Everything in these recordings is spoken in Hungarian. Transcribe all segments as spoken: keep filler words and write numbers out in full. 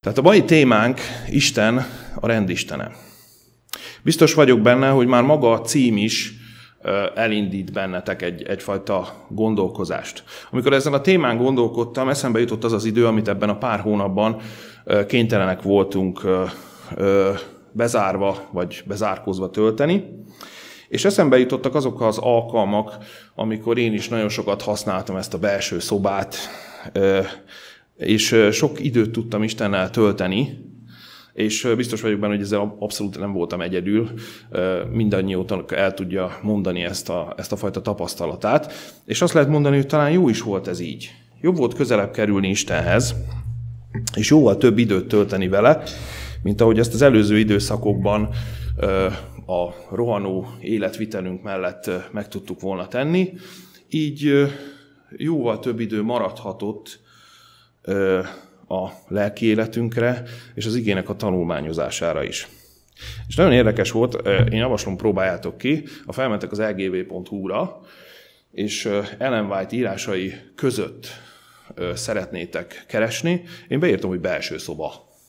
Tehát a mai témánk Isten, a rendistene. Biztos vagyok benne, hogy már maga a cím is elindít bennetek egy, egyfajta gondolkozást. Amikor ezen a témán gondolkodtam, eszembe jutott az az idő, amit ebben a pár hónapban kénytelenek voltunk bezárva vagy bezárkózva tölteni, és eszembe jutottak azok az alkalmak, amikor én is nagyon sokat használtam ezt a belső szobát, és sok időt tudtam Istennel tölteni, és biztos vagyok benne, hogy ezzel abszolút nem voltam egyedül, mindannyióta el tudja mondani ezt a, ezt a fajta tapasztalatát, és azt lehet mondani, hogy talán jó is volt ez így. Jobb volt közelebb kerülni Istenhez, és jóval több időt tölteni vele, mint ahogy ezt az előző időszakokban a rohanó életvitelünk mellett meg tudtuk volna tenni. Így jóval több idő maradhatott a lelki életünkre, és az igének a tanulmányozására is. És nagyon érdekes volt, én javaslom, próbáljátok ki, ha felmentek az el gé vé pont hú-ra, és Ellen White írásai között szeretnétek keresni, én beírtam, hogy belső szoba.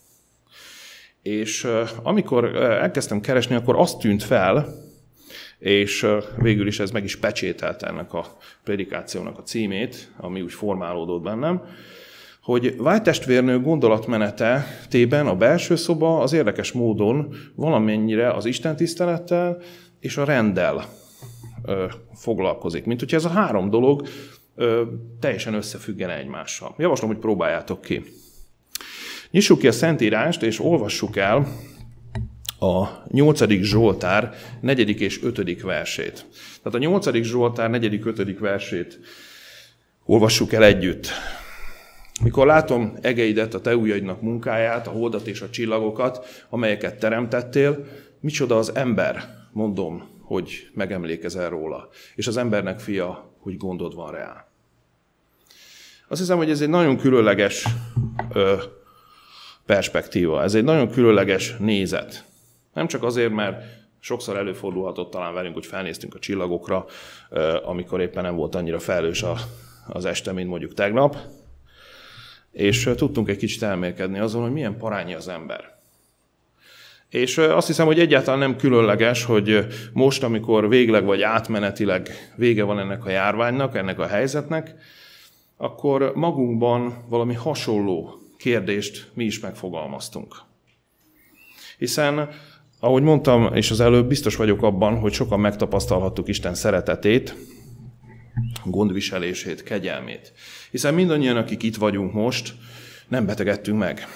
És amikor elkezdtem keresni, akkor azt tűnt fel, és végül is ez meg is pecsételte ennek a prédikációnak a címét, ami úgy formálódott bennem, hogy White testvérnő gondolatmenetében a belső szoba az érdekes módon valamennyire az istentisztelettel és a renddel ö, foglalkozik. Mint hogyha ez a három dolog ö, teljesen összefüggene egymással. Javaslom, hogy próbáljátok ki. Nyissuk ki a Szentírást, és olvassuk el a nyolcadik Zsoltár negyedik és ötödik versét. Tehát a nyolcadik Zsoltár negyedik ötödik versét olvassuk el együtt. Mikor látom egeidet, a te ujjaidnak munkáját, a holdat és a csillagokat, amelyeket teremtettél, micsoda az ember, mondom, hogy megemlékezel róla, és az embernek fia, hogy gondod van rá. Azt hiszem, hogy ez egy nagyon különleges ö, perspektíva, ez egy nagyon különleges nézet. Nem csak azért, mert sokszor előfordulhatott talán velünk, hogy felnéztünk a csillagokra, ö, amikor éppen nem volt annyira felhős a, az este, mint mondjuk tegnap, és tudtunk egy kicsit elmélkedni azon, hogy milyen parányi az ember. És azt hiszem, hogy egyáltalán nem különleges, hogy most, amikor végleg vagy átmenetileg vége van ennek a járványnak, ennek a helyzetnek, akkor magunkban valami hasonló kérdést mi is megfogalmaztunk. Hiszen, ahogy mondtam, és az előbb biztos vagyok abban, hogy sokan megtapasztalhattuk Isten szeretetét, gondviselését, kegyelmét. Hiszen mindannyian, akik itt vagyunk most, nem betegedtünk meg.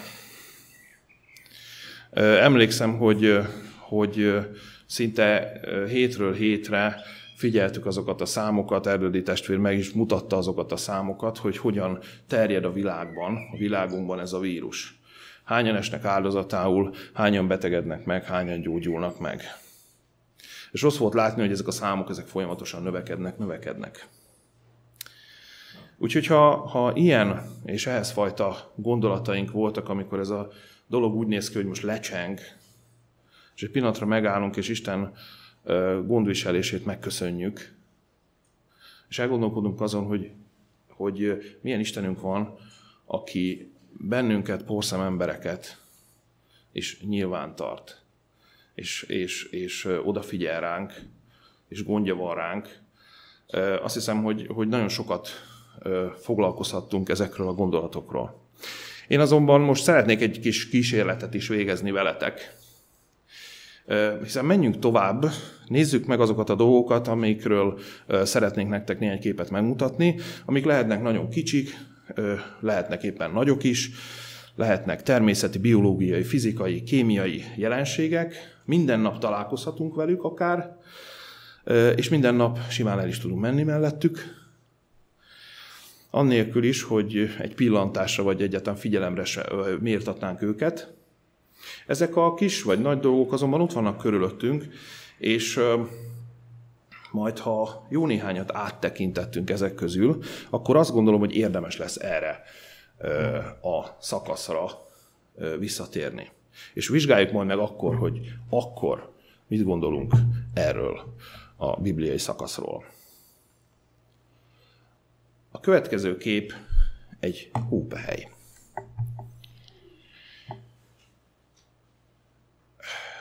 Emlékszem, hogy, hogy szinte hétről hétre figyeltük azokat a számokat, Erdődi testvér meg is mutatta azokat a számokat, hogy hogyan terjed a világban, a világunkban ez a vírus. Hányan esnek áldozatául, hányan betegednek meg, hányan gyógyulnak meg. És rossz volt látni, hogy ezek a számok ezek folyamatosan növekednek, növekednek. Úgyhogy ha, ha ilyen és ehhez fajta gondolataink voltak, amikor ez a dolog úgy néz ki, hogy most lecseng, és egy pillanatra megállunk, és Isten gondviselését megköszönjük, és elgondolkodunk azon, hogy, hogy milyen Istenünk van, aki bennünket, porszem embereket is nyilván tart, és, és, és odafigyel ránk, és gondja van ránk. Azt hiszem, hogy, hogy nagyon sokat foglalkozhattunk ezekről a gondolatokról. Én azonban most szeretnék egy kis kísérletet is végezni veletek. Hiszen menjünk tovább, nézzük meg azokat a dolgokat, amikről szeretnénk nektek néhány képet megmutatni, amik lehetnek nagyon kicsik, lehetnek éppen nagyok is, lehetnek természeti, biológiai, fizikai, kémiai jelenségek, minden nap találkozhatunk velük akár, és minden nap simán el is tudunk menni mellettük, annélkül is, hogy egy pillantásra vagy egyáltalán figyelemre méltatnánk őket. Ezek a kis vagy nagy dolgok azonban ott vannak körülöttünk, és majd ha jó néhányat áttekintettünk ezek közül, akkor azt gondolom, hogy érdemes lesz erre a szakaszra visszatérni. És vizsgáljuk majd meg akkor, hogy akkor mit gondolunk erről a bibliai szakaszról. A következő kép egy hópehely.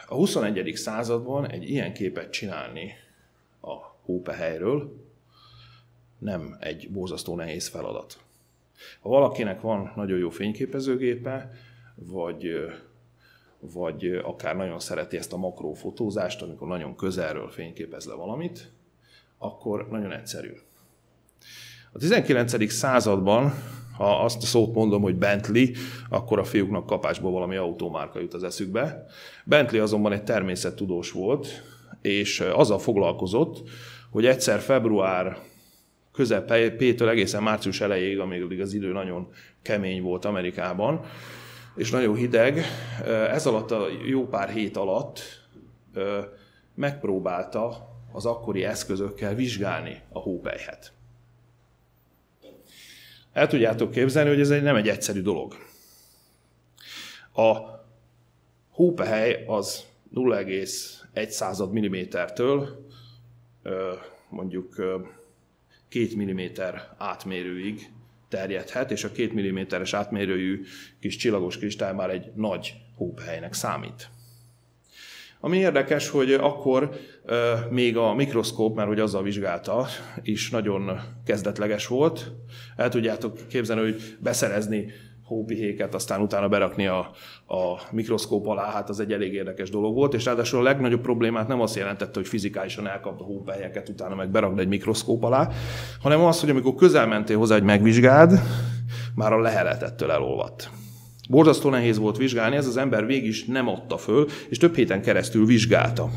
A huszonegyedik században egy ilyen képet csinálni a hópehelyről nem egy borzasztó nehéz feladat. Ha valakinek van nagyon jó fényképezőgépe, vagy, vagy akár nagyon szereti ezt a makrófotózást, amikor nagyon közelről fényképez le valamit, akkor nagyon egyszerű. A tizenkilencedik században, ha azt a szót mondom, hogy Bentley, akkor a fiúknak kapásból valami autómárka jut az eszükbe. Bentley azonban egy természettudós volt, és azzal foglalkozott, hogy egyszer február közepétől egészen március elejéig, amíg az idő nagyon kemény volt Amerikában, és nagyon hideg, ez alatt a jó pár hét alatt megpróbálta az akkori eszközökkel vizsgálni a hópelyhet. El tudjátok képzelni, hogy ez nem egy egyszerű dolog. A hópehely az nulla egész egy millimétertől mondjuk két milliméter átmérőig terjedhet, és a két milliméteres átmérőjű kis csillagos kristály már egy nagy hópehelynek számít. Ami érdekes, hogy akkor euh, még a mikroszkóp, mert hogy azzal vizsgálta, is nagyon kezdetleges volt. El tudjátok képzelni, hogy beszerezni hópihéket, aztán utána berakni a, a mikroszkóp alá, hát az egy elég érdekes dolog volt, és ráadásul a legnagyobb problémát nem azt jelentette, hogy fizikálisan elkapta a hópelyheket, utána meg berakd egy mikroszkóp alá, hanem az, hogy amikor közel mentél hozzá, hogy megvizsgáld, már a lehelet ettől elolvadt. Borzasztó nehéz volt vizsgálni, ez az ember végig is nem adta föl, és több héten keresztül vizsgálta.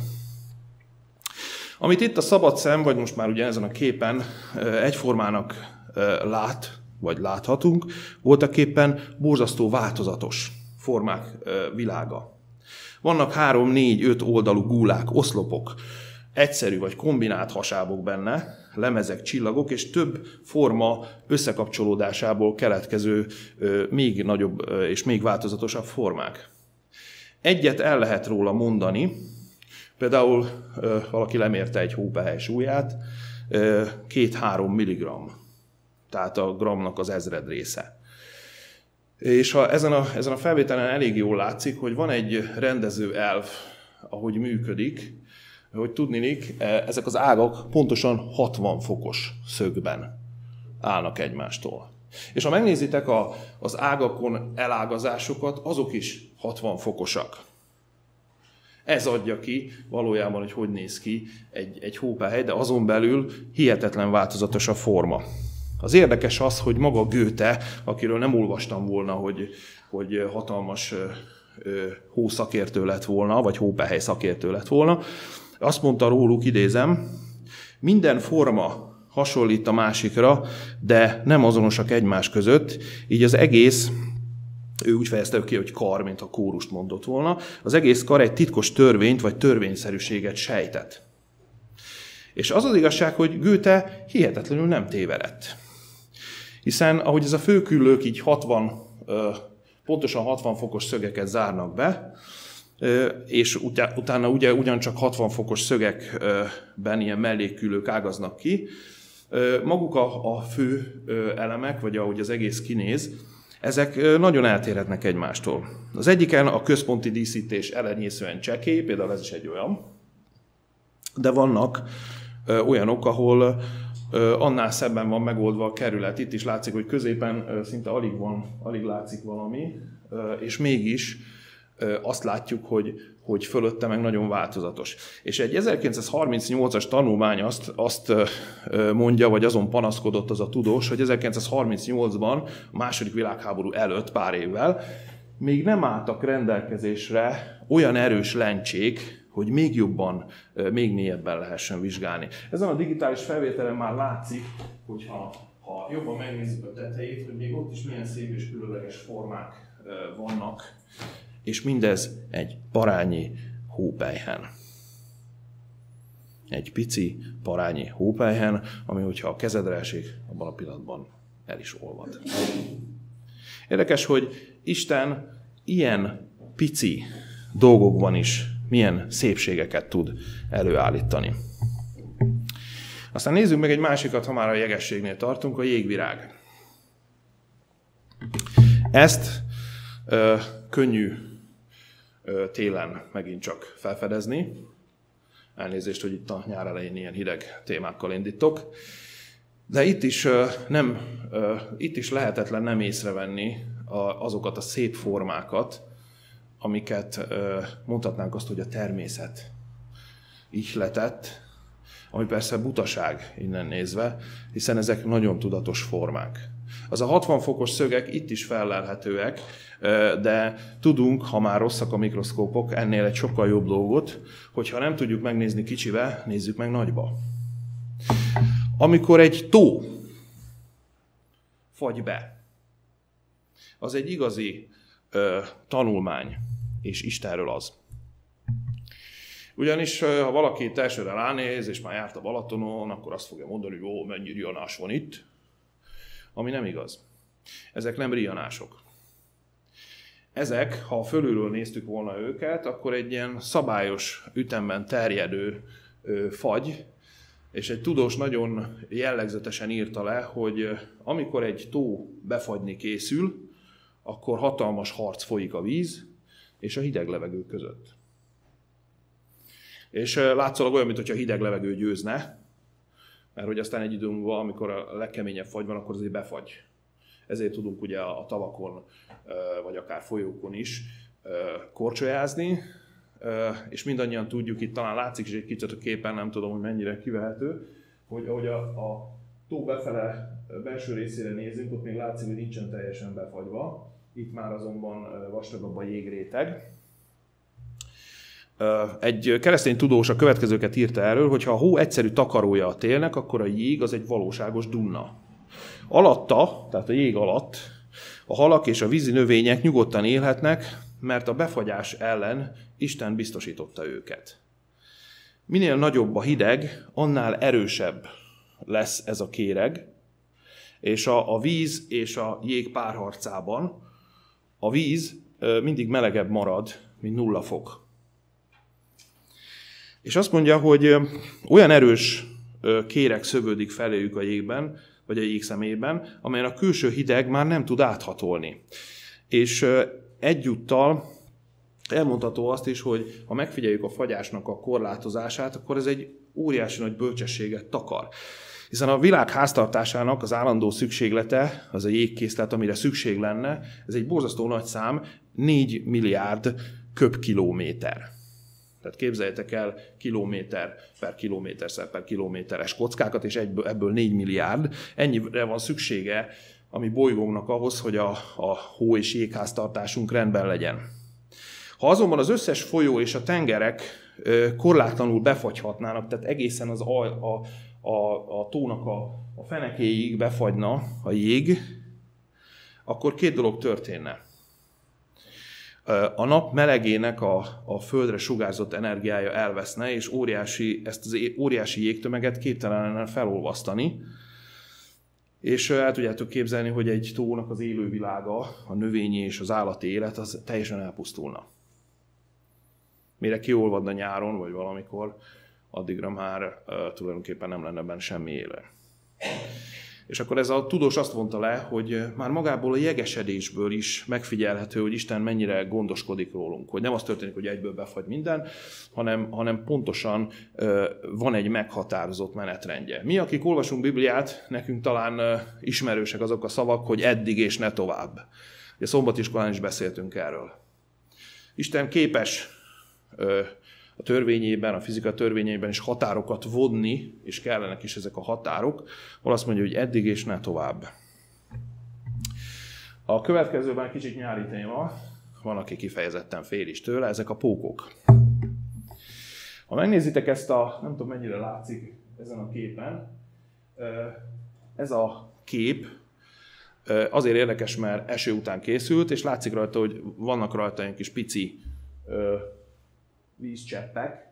Amit itt a szabad szem, vagy most már ugye ezen a képen egyformának lát, vagy láthatunk, voltaképpen borzasztó változatos formák világa. Vannak három, négy, öt oldalú gúlák, oszlopok, egyszerű vagy kombinált hasábok benne, lemezek, csillagok, és több forma összekapcsolódásából keletkező még nagyobb és még változatosabb formák. Egyet el lehet róla mondani, például valaki lemérte egy hópehely súlyát, két-három milligramm, tehát a gramnak az ezred része. És ha ezen a, ezen a felvételen elég jól látszik, hogy van egy rendező elv, ahogy működik, hogy tudniillik, ezek az ágak pontosan hatvan fokos szögben állnak egymástól. És ha megnézitek a, az ágakon elágazásokat, azok is hatvan fokosak. Ez adja ki valójában, hogy hogy néz ki egy, egy hópehely, de azon belül hihetetlen változatos a forma. Az érdekes az, hogy maga Goethe, akiről nem olvastam volna, hogy, hogy hatalmas hószakértő lett volna, vagy hópehely szakértő lett volna, azt mondta róluk, idézem, minden forma hasonlít a másikra, de nem azonosak egymás között, így az egész, ő úgy fejezte ki, hogy kar, mint a kórust mondott volna, az egész kar egy titkos törvényt vagy törvényszerűséget sejtett. És az az igazság, hogy Goethe hihetetlenül nem tévedett. Hiszen ahogy ez a főküllők így hatvan, pontosan hatvan fokos szögeket zárnak be, és utána ugye ugyancsak hatvan fokos szögekben ilyen mellékküllők ágaznak ki. Maguk a, a fő elemek, vagy ahogy az egész kinéz, ezek nagyon eltérhetnek egymástól. Az egyiken a központi díszítés elenyészően csekély, például ez is egy olyan, de vannak olyanok, ahol annál szebben van megoldva a kerület. Itt is látszik, hogy középen szinte alig van, alig látszik valami, és mégis azt látjuk, hogy, hogy fölötte meg nagyon változatos. És egy ezerkilencszázharmincnyolcas tanulmány azt, azt mondja, vagy azon panaszkodott az a tudós, hogy ezerkilencszázharmincnyolcban, a második világháború előtt pár évvel, még nem álltak rendelkezésre olyan erős lencsék, hogy még jobban, még mélyebben lehessen vizsgálni. Ezen a digitális felvételen már látszik, hogy ha, ha jobban megnézzük a tetejét, hogy még ott is milyen szép és különleges formák vannak, és mindez egy parányi hópelyhen. Egy pici parányi hópelyhen, ami hogyha a kezedre esik, abban a pillanatban el is olvad. Érdekes, hogy Isten ilyen pici dolgokban is milyen szépségeket tud előállítani. Aztán nézzük meg egy másikat, ha már a jegességnél tartunk, a jégvirág. Ezt ö, könnyű télen megint csak felfedezni. Elnézést, hogy itt a nyár elején ilyen hideg témákkal indítok. De itt is, nem, itt is lehetetlen nem észrevenni azokat a szép formákat, amiket mondhatnánk azt, hogy a természet ihletett, ami persze butaság innen nézve, hiszen ezek nagyon tudatos formák. Az a hatvan fokos szögek itt is fellelhetőek, de tudunk, ha már rosszak a mikroszkópok, ennél egy sokkal jobb dolgot, hogyha nem tudjuk megnézni kicsibe, nézzük meg nagyba. Amikor egy tó fagy be, az egy igazi ö, tanulmány, és Istenről az. Ugyanis, ha valaki elsőre ránéz, és már járt a Balatonon, akkor azt fogja mondani, hogy ó, mennyi rianás van itt, ami nem igaz. Ezek nem rianások. Ezek, ha fölülről néztük volna őket, akkor egy ilyen szabályos ütemben terjedő ö, fagy, és egy tudós nagyon jellegzetesen írta le, hogy amikor egy tó befagyni készül, akkor hatalmas harc folyik a víz és a hideg levegő között. És látszólag olyan, mintha hideg levegő győzne, mert hogy aztán egy idő múlva, amikor a legkeményebb fagy van, akkor azért befagy. Ezért tudunk ugye a tavakon, vagy akár folyókon is korcsolyázni, és mindannyian tudjuk, itt talán látszik is egy kicsit a képen, nem tudom, hogy mennyire kivehető, hogy ahogy a, a tó befele belső részére nézünk, ott még látszik, hogy nincsen teljesen befagyva. Itt már azonban vastagabb a jégréteg. Egy keresztény tudós a következőket írta erről, hogy ha a hó egyszerű takarója a télnek, akkor a jég az egy valóságos dunna. Alatta, tehát a jég alatt a halak és a vízi növények nyugodtan élhetnek, mert a befagyás ellen Isten biztosította őket. Minél nagyobb a hideg, annál erősebb lesz ez a kéreg, és a, a víz és a jég párharcában a víz mindig melegebb marad, mint nulla fok. És azt mondja, hogy olyan erős kéreg szövődik feléjük a jégben, vagy a jég szemében, amelyen a külső hideg már nem tud áthatolni. És egyúttal elmondható azt is, hogy ha megfigyeljük a fagyásnak a korlátozását, akkor ez egy óriási nagy bölcsességet takar. Hiszen a világ háztartásának az állandó szükséglete, az a jégkészlet, amire szükség lenne, ez egy borzasztó nagy szám, négy milliárd köbkilométer. Tehát képzeljétek el kilométer per kilométerszer per kilométeres kockákat, és egyből, ebből négy milliárd. Ennyire van szüksége a mi bolygónknak ahhoz, hogy a, a hó- és jégháztartásunk rendben legyen. Ha azonban az összes folyó és a tengerek korlátlanul befagyhatnának, tehát egészen az a, a, a, a tónak a, a fenekéig befagyna a jég, akkor két dolog történne. A nap melegének a, a földre sugárzott energiája elveszne, és óriási, ezt az óriási jégtömeget képtelen lenne felolvasztani. És el tudjátok képzelni, hogy egy tónak az élővilága, a növényi és az állati élet, az teljesen elpusztulna. Mire kiolvadna nyáron, vagy valamikor, addigra már uh, tulajdonképpen nem lenne benne semmi éle. És akkor ez a tudós azt mondta le, hogy már magából a jegesedésből is megfigyelhető, hogy Isten mennyire gondoskodik rólunk. Hogy nem az történik, hogy egyből befagy minden, hanem, hanem pontosan uh, van egy meghatározott menetrendje. Mi, akik olvasunk Bibliát, nekünk talán uh, ismerősek azok a szavak, hogy eddig és ne tovább. Ugye szombatiskolán is beszéltünk erről. Isten képes uh, a törvényében, a fizika törvényeiben is határokat vonni, és kellenek is ezek a határok, ahol azt mondja, hogy eddig és ne tovább. A következőben kicsit nyári téma, van, aki kifejezetten fél is tőle, ezek a pókok. Ha megnézitek ezt a, nem tudom mennyire látszik ezen a képen, ez a kép azért érdekes, mert eső után készült, és látszik rajta, hogy vannak rajta egy kis pici vízcseppek,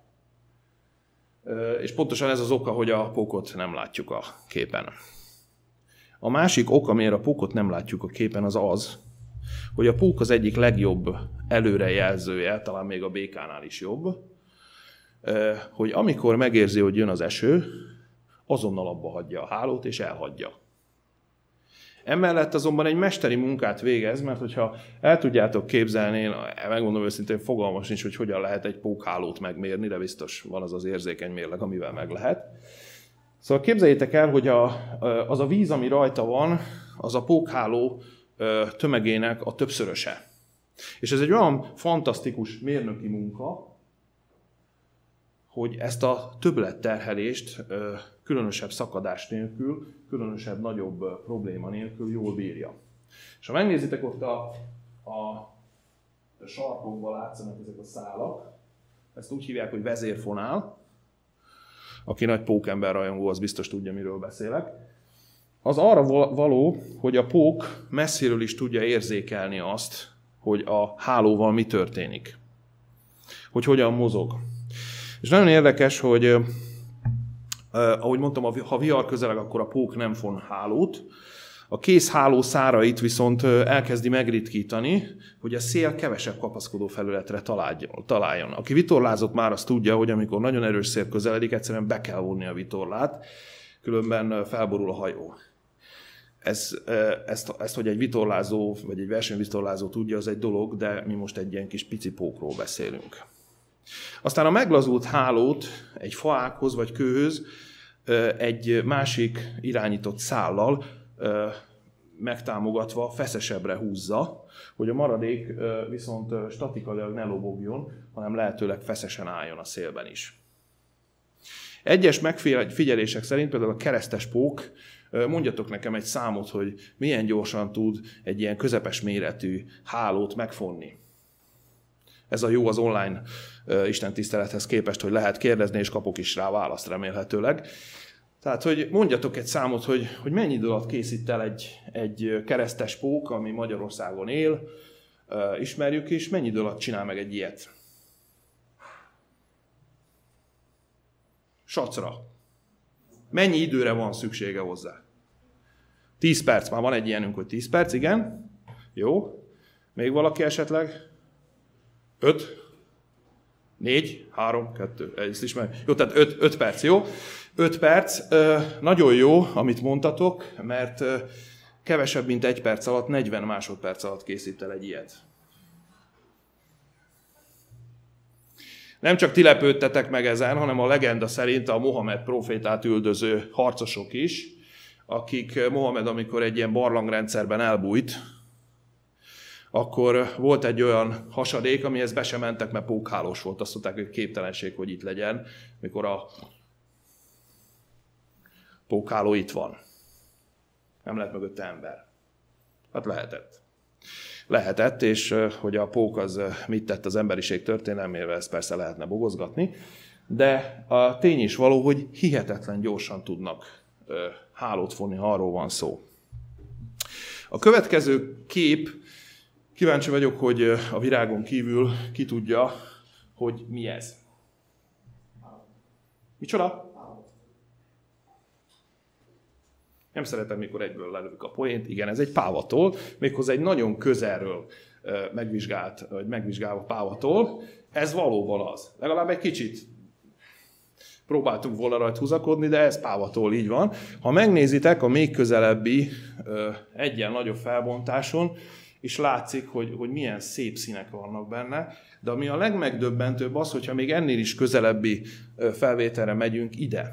és pontosan ez az oka, hogy a pókot nem látjuk a képen. A másik oka, miért a pókot nem látjuk a képen, az az, hogy a pók az egyik legjobb előrejelzője, talán még a békánál is jobb, hogy amikor megérzi, hogy jön az eső, azonnal abba hagyja a hálót és elhagyja. Emellett azonban egy mesteri munkát végez, mert hogyha el tudjátok képzelni, én megmondom őszintén, fogalmas nincs, hogy hogyan lehet egy pókhálót megmérni, de biztos van az az érzékeny mérleg, amivel meg lehet. Szóval képzeljétek el, hogy a, az a víz, ami rajta van, az a pókháló tömegének a többszöröse. És ez egy olyan fantasztikus mérnöki munka, hogy ezt a többletterhelést különösebb szakadás nélkül, különösebb nagyobb probléma nélkül jól bírja. És ha megnézitek, ott a, a sarkokban látszanak ezek a szálak, ezt úgy hívják, hogy vezérfonál. Aki nagy pókember rajongó, az biztos tudja, miről beszélek. Az arra való, hogy a pók messziről is tudja érzékelni azt, hogy a hálóval mi történik. Hogy hogyan mozog. És nagyon érdekes, hogy eh, ahogy mondtam, ha vihar közeleg, akkor a pók nem von hálót. A kész háló szárait viszont elkezdi megritkítani, hogy a szél kevesebb kapaszkodó felületre találjon. Aki vitorlázott már, azt tudja, hogy amikor nagyon erős szél közeledik, egyszerűen be kell vonni a vitorlát, különben felborul a hajó. Ez, ezt, ezt, hogy egy vitorlázó, vagy egy versenyvitorlázó tudja, az egy dolog, de mi most egy ilyen kis pici pókról beszélünk. Aztán a meglazult hálót egy faághoz vagy kőhöz egy másik irányított szállal megtámogatva feszesebbre húzza, hogy a maradék viszont statikailag ne lobogjon, hanem lehetőleg feszesen álljon a szélben is. Egyes megfigyelések szerint, például a keresztes pók, mondjatok nekem egy számot, hogy milyen gyorsan tud egy ilyen közepes méretű hálót megfonni. Ez a jó az online istentisztelethez képest, hogy lehet kérdezni, és kapok is rá választ remélhetőleg. Tehát, hogy mondjatok egy számot, hogy, hogy mennyi idő alatt készít el egy, egy keresztes pók, ami Magyarországon él, ismerjük is, mennyi idő alatt csinál meg egy ilyet? Sacra. Mennyi időre van szüksége hozzá? tíz perc, már van egy ilyenünk, hogy tíz perc, igen. Jó. Még valaki esetleg? öt? négy? három? kettő? Ezt ismerjük. Jó, tehát öt perc, jó? öt perc, nagyon jó, amit mondtatok, mert kevesebb, mint egy perc alatt, negyven másodperc alatt készít el egy ilyet. Nem csak ti lepődtetek meg ezen, hanem a legenda szerint a Mohamed prófétát üldöző harcosok is, akik Mohamed, amikor egy ilyen barlangrendszerben elbújt, akkor volt egy olyan hasadék, amihez be sem mentek, mert pókhálós volt. Azt mondták, hogy képtelenség, hogy itt legyen, mikor a pókháló itt van. Nem lehet mögötte ember. Hát lehetett. Lehetett, és hogy a pók az mit tett az emberiség történelmével, ezt persze lehetne bogozgatni, de a tény is való, hogy hihetetlen gyorsan tudnak hálót fonni, ha arról van szó. A következő kép, kíváncsi vagyok, hogy a virágon kívül ki tudja, hogy mi ez. Micsoda? Nem szeretem, mikor egyből lelövök a poént. Igen, ez egy pávatól, méghozzá egy nagyon közelről megvizsgált, vagy megvizsgálva pávatól. Ez valóban az. Legalább egy kicsit próbáltunk volna rajt húzakodni, de ez pávatól így van. Ha megnézitek a még közelebbi egyen nagyobb felbontáson, és látszik, hogy, hogy milyen szép színek vannak benne, de ami a legmegdöbbentőbb az, hogyha még ennél is közelebbi felvételre megyünk ide.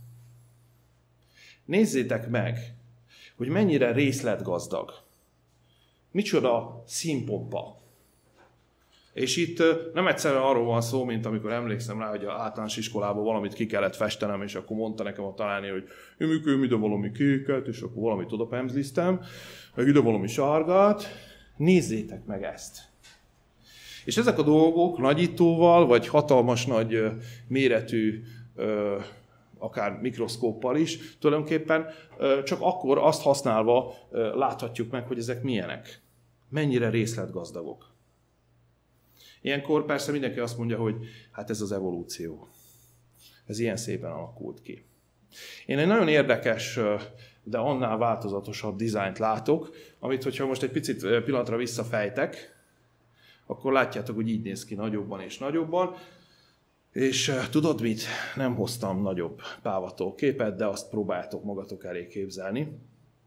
Nézzétek meg, hogy mennyire részletgazdag. Micsoda színpompa. És itt nem egyszerűen arról van szó, mint amikor emlékszem rá, hogy az általános iskolában valamit ki kellett festenem, és akkor mondta nekem a tanárnő, hogy én ide valami kéket, és akkor valamit oda pemzliztem, meg ide valami sárgát. Nézzétek meg ezt. És ezek a dolgok nagyítóval, vagy hatalmas nagy méretű, akár mikroszkóppal is, tulajdonképpen csak akkor azt használva láthatjuk meg, hogy ezek milyenek. Mennyire részletgazdagok. Ilyenkor persze mindenki azt mondja, hogy hát ez az evolúció. Ez ilyen szépen alakult ki. Én egy nagyon érdekes, de annál változatosabb dizájnt látok, amit, hogyha most egy picit pillanatra visszafejtek, akkor látjátok, hogy így néz ki nagyobban és nagyobban. És tudod mit? Nem hoztam nagyobb pávatól képet, de azt próbáljátok magatok elé képzelni.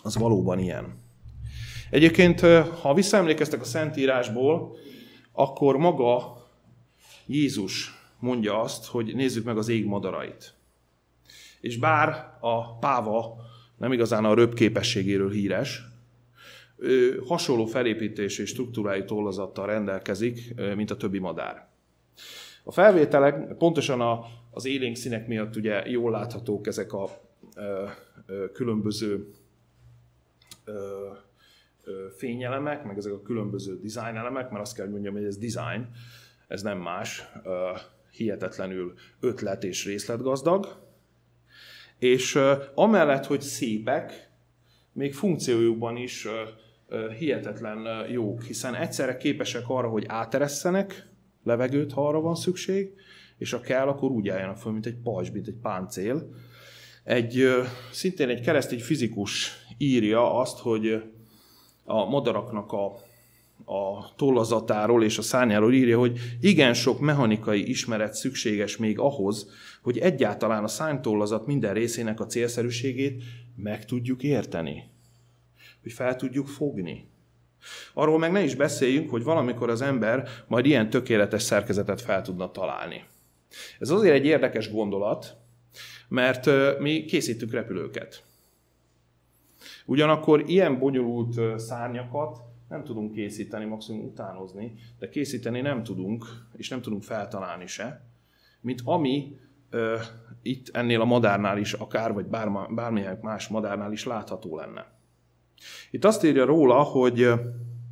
az valóban ilyen. Egyébként, ha visszaemlékeztek a Szentírásból, akkor maga Jézus mondja azt, hogy nézzük meg az ég madarait. És bár a páva nem igazán a röp képességéről híres, ő hasonló felépítés és struktúrájú tollazattal rendelkezik, mint a többi madár. A felvételek pontosan a, az élénk színek miatt ugye jól láthatók ezek a ö, ö, különböző ö, ö, fényelemek, meg ezek a különböző design elemek, mert azt kell, hogy mondjam, hogy ez design, ez nem más, ö, hihetetlenül ötlet és részletgazdag, és ö, amellett, hogy szépek, még funkciójukban is ö, ö, hihetetlen jók, hiszen egyszerre képesek arra, hogy áteresszenek levegőt, ha arra van szükség, és ha kell, akkor úgy álljanak föl, mint egy pajzs, mint egy páncél. Egy, szintén egy keresztény fizikus írja azt, hogy a madaraknak a, a tollazatáról és a szárnyáról írja, hogy igen sok mechanikai ismeret szükséges még ahhoz, hogy egyáltalán a szárnytollazat minden részének a célszerűségét meg tudjuk érteni, hogy fel tudjuk fogni. Arról meg ne is beszéljünk, hogy valamikor az ember majd ilyen tökéletes szerkezetet fel tudna találni. Ez azért egy érdekes gondolat, mert mi készítünk repülőket. Ugyanakkor ilyen bonyolult szárnyakat nem tudunk készíteni, maximum utánozni, de készíteni nem tudunk, és nem tudunk feltalálni se, mint ami uh, itt ennél a madárnál is akár, vagy bárma, bármilyen más madárnál is látható lenne. Itt azt írja róla, hogy uh,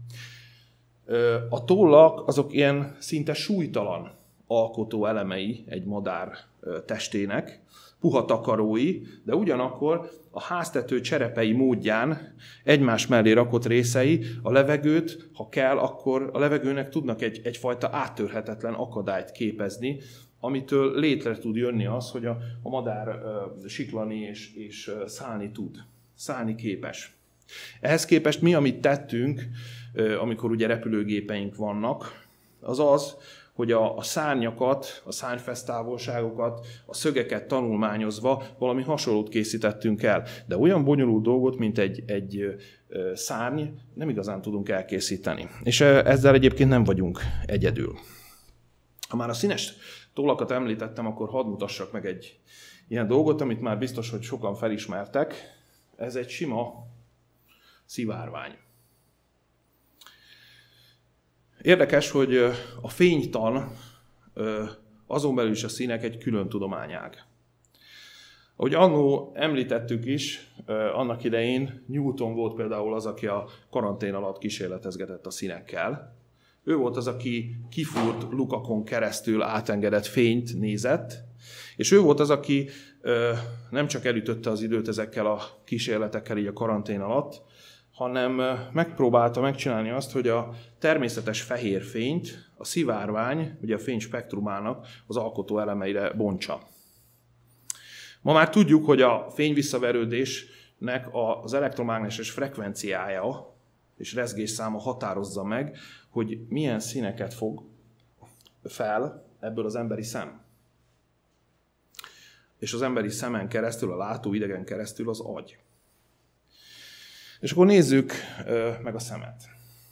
a tollak azok ilyen szinte súlytalan alkotó elemei egy madár uh, testének, puha takarói, de ugyanakkor a háztető cserepei módján egymás mellé rakott részei a levegőt, ha kell, akkor a levegőnek tudnak egy, egyfajta áttörhetetlen akadályt képezni, amitől létre tud jönni az, hogy a, a madár uh, siklani és, és uh, szállni tud, szállni képes. Ehhez képest mi, amit tettünk, uh, amikor ugye repülőgépeink vannak, az az, hogy a, a szárnyakat, a szárnyfesztávolságokat, a szögeket tanulmányozva valami hasonlót készítettünk el. De olyan bonyolult dolgot, mint egy, egy szárny, nem igazán tudunk elkészíteni. És ezzel egyébként nem vagyunk egyedül. Ha már a színes tollakat említettem, akkor hadd mutassak meg egy ilyen dolgot, amit már biztos, hogy sokan felismertek. Ez egy sima szivárvány. Érdekes, hogy a fénytan, azon belül is a színek egy külön tudományág. Ahogy annó említettük is, annak idején Newton volt például az, aki a karantén alatt kísérletezgetett a színekkel. Ő volt az, aki kifúrt lukakon keresztül átengedett fényt nézett, és ő volt az, aki nem csak elütötte az időt ezekkel a kísérletekkel így a karantén alatt, hanem megpróbálta megcsinálni azt, hogy a természetes fehér fényt a szivárvány, ugye a fény spektrumának az alkotó elemeire bontsa. Ma már tudjuk, hogy a fényvisszaverődésnek az elektromágneses frekvenciája és rezgésszáma határozza meg, hogy milyen színeket fog fel ebből az emberi szem. És az emberi szemen keresztül, a látóidegen keresztül az agy. És akkor nézzük ö, meg a szemet.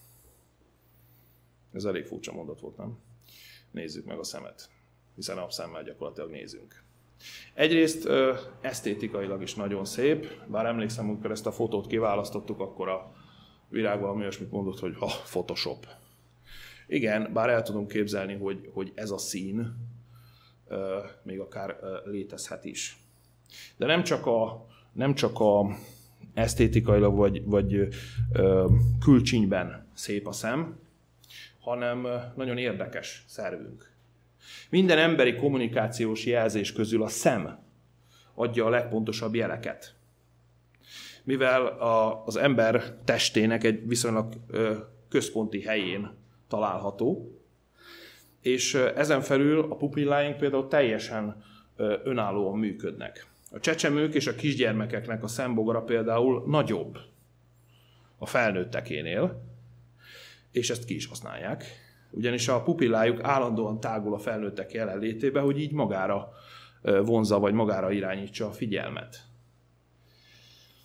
Ez elég furcsa mondat volt, nem? Nézzük meg a szemet, hiszen napszemmel gyakorlatilag nézünk. Egyrészt ö, esztétikailag is nagyon szép, bár emlékszem, amikor ezt a fotót kiválasztottuk, akkor a Virág valami olyasmit mondott, hogy ha, Photoshop. Igen, bár el tudom képzelni, hogy, hogy ez a szín ö, még akár ö, létezhet is. De nem csak a, nem csak a esztétikailag vagy, vagy ö, külcsínyben szép a szem, hanem nagyon érdekes szervünk. Minden emberi kommunikációs jelzés közül a szem adja a legpontosabb jeleket. Mivel a, az ember testének egy viszonylag ö, központi helyén található, és ezen felül a pupilláink például teljesen ö, önállóan működnek. A csecsemők és a kisgyermekeknek a szembogara például nagyobb a felnőttekénél, és ezt ki is használják, ugyanis a pupillájuk állandóan tágul a felnőttek jelenlétébe, hogy így magára vonzza, vagy magára irányítsa a figyelmet.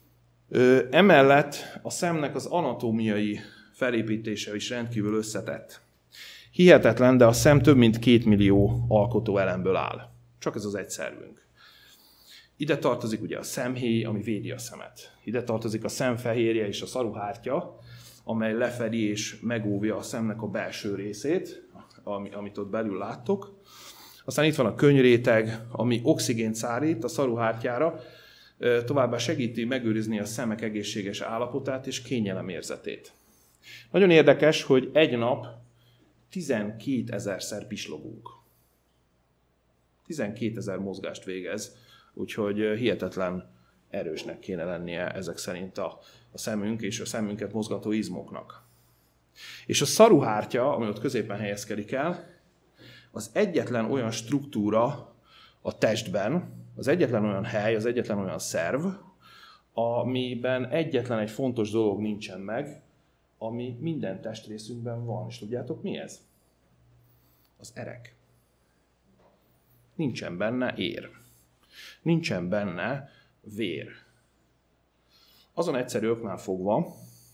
Emellett a szemnek az anatómiai felépítése is rendkívül összetett. Hihetetlen, de a szem több mint két millió alkotó elemből áll. Csak ez az egy szervünk. Ide tartozik ugye a szemhéj, ami védi a szemet. Ide tartozik a szemfehérje és a szaruhártya, amely lefedi és megóvja a szemnek a belső részét, amit ott belül láttok. Aztán itt van a könnyréteg, ami oxigént szárít a szaruhártyára, továbbá segíti megőrizni a szemek egészséges állapotát és kényelemérzetét. Nagyon érdekes, hogy egy nap tizenkétezerszer pislogunk. tizenkétezer mozgást végez, úgyhogy hihetetlen erősnek kéne lennie ezek szerint a, a szemünk és a szemünket mozgató izmoknak. És a szaruhártya, ami ott középen helyezkedik el, az egyetlen olyan struktúra a testben, az egyetlen olyan hely, az egyetlen olyan szerv, amiben egyetlen egy fontos dolog nincsen meg, ami minden testrészünkben van. És tudjátok, mi ez? Az erek. Nincsen benne ér. Nincsen benne vér. Azon egyszerű oknál fogva,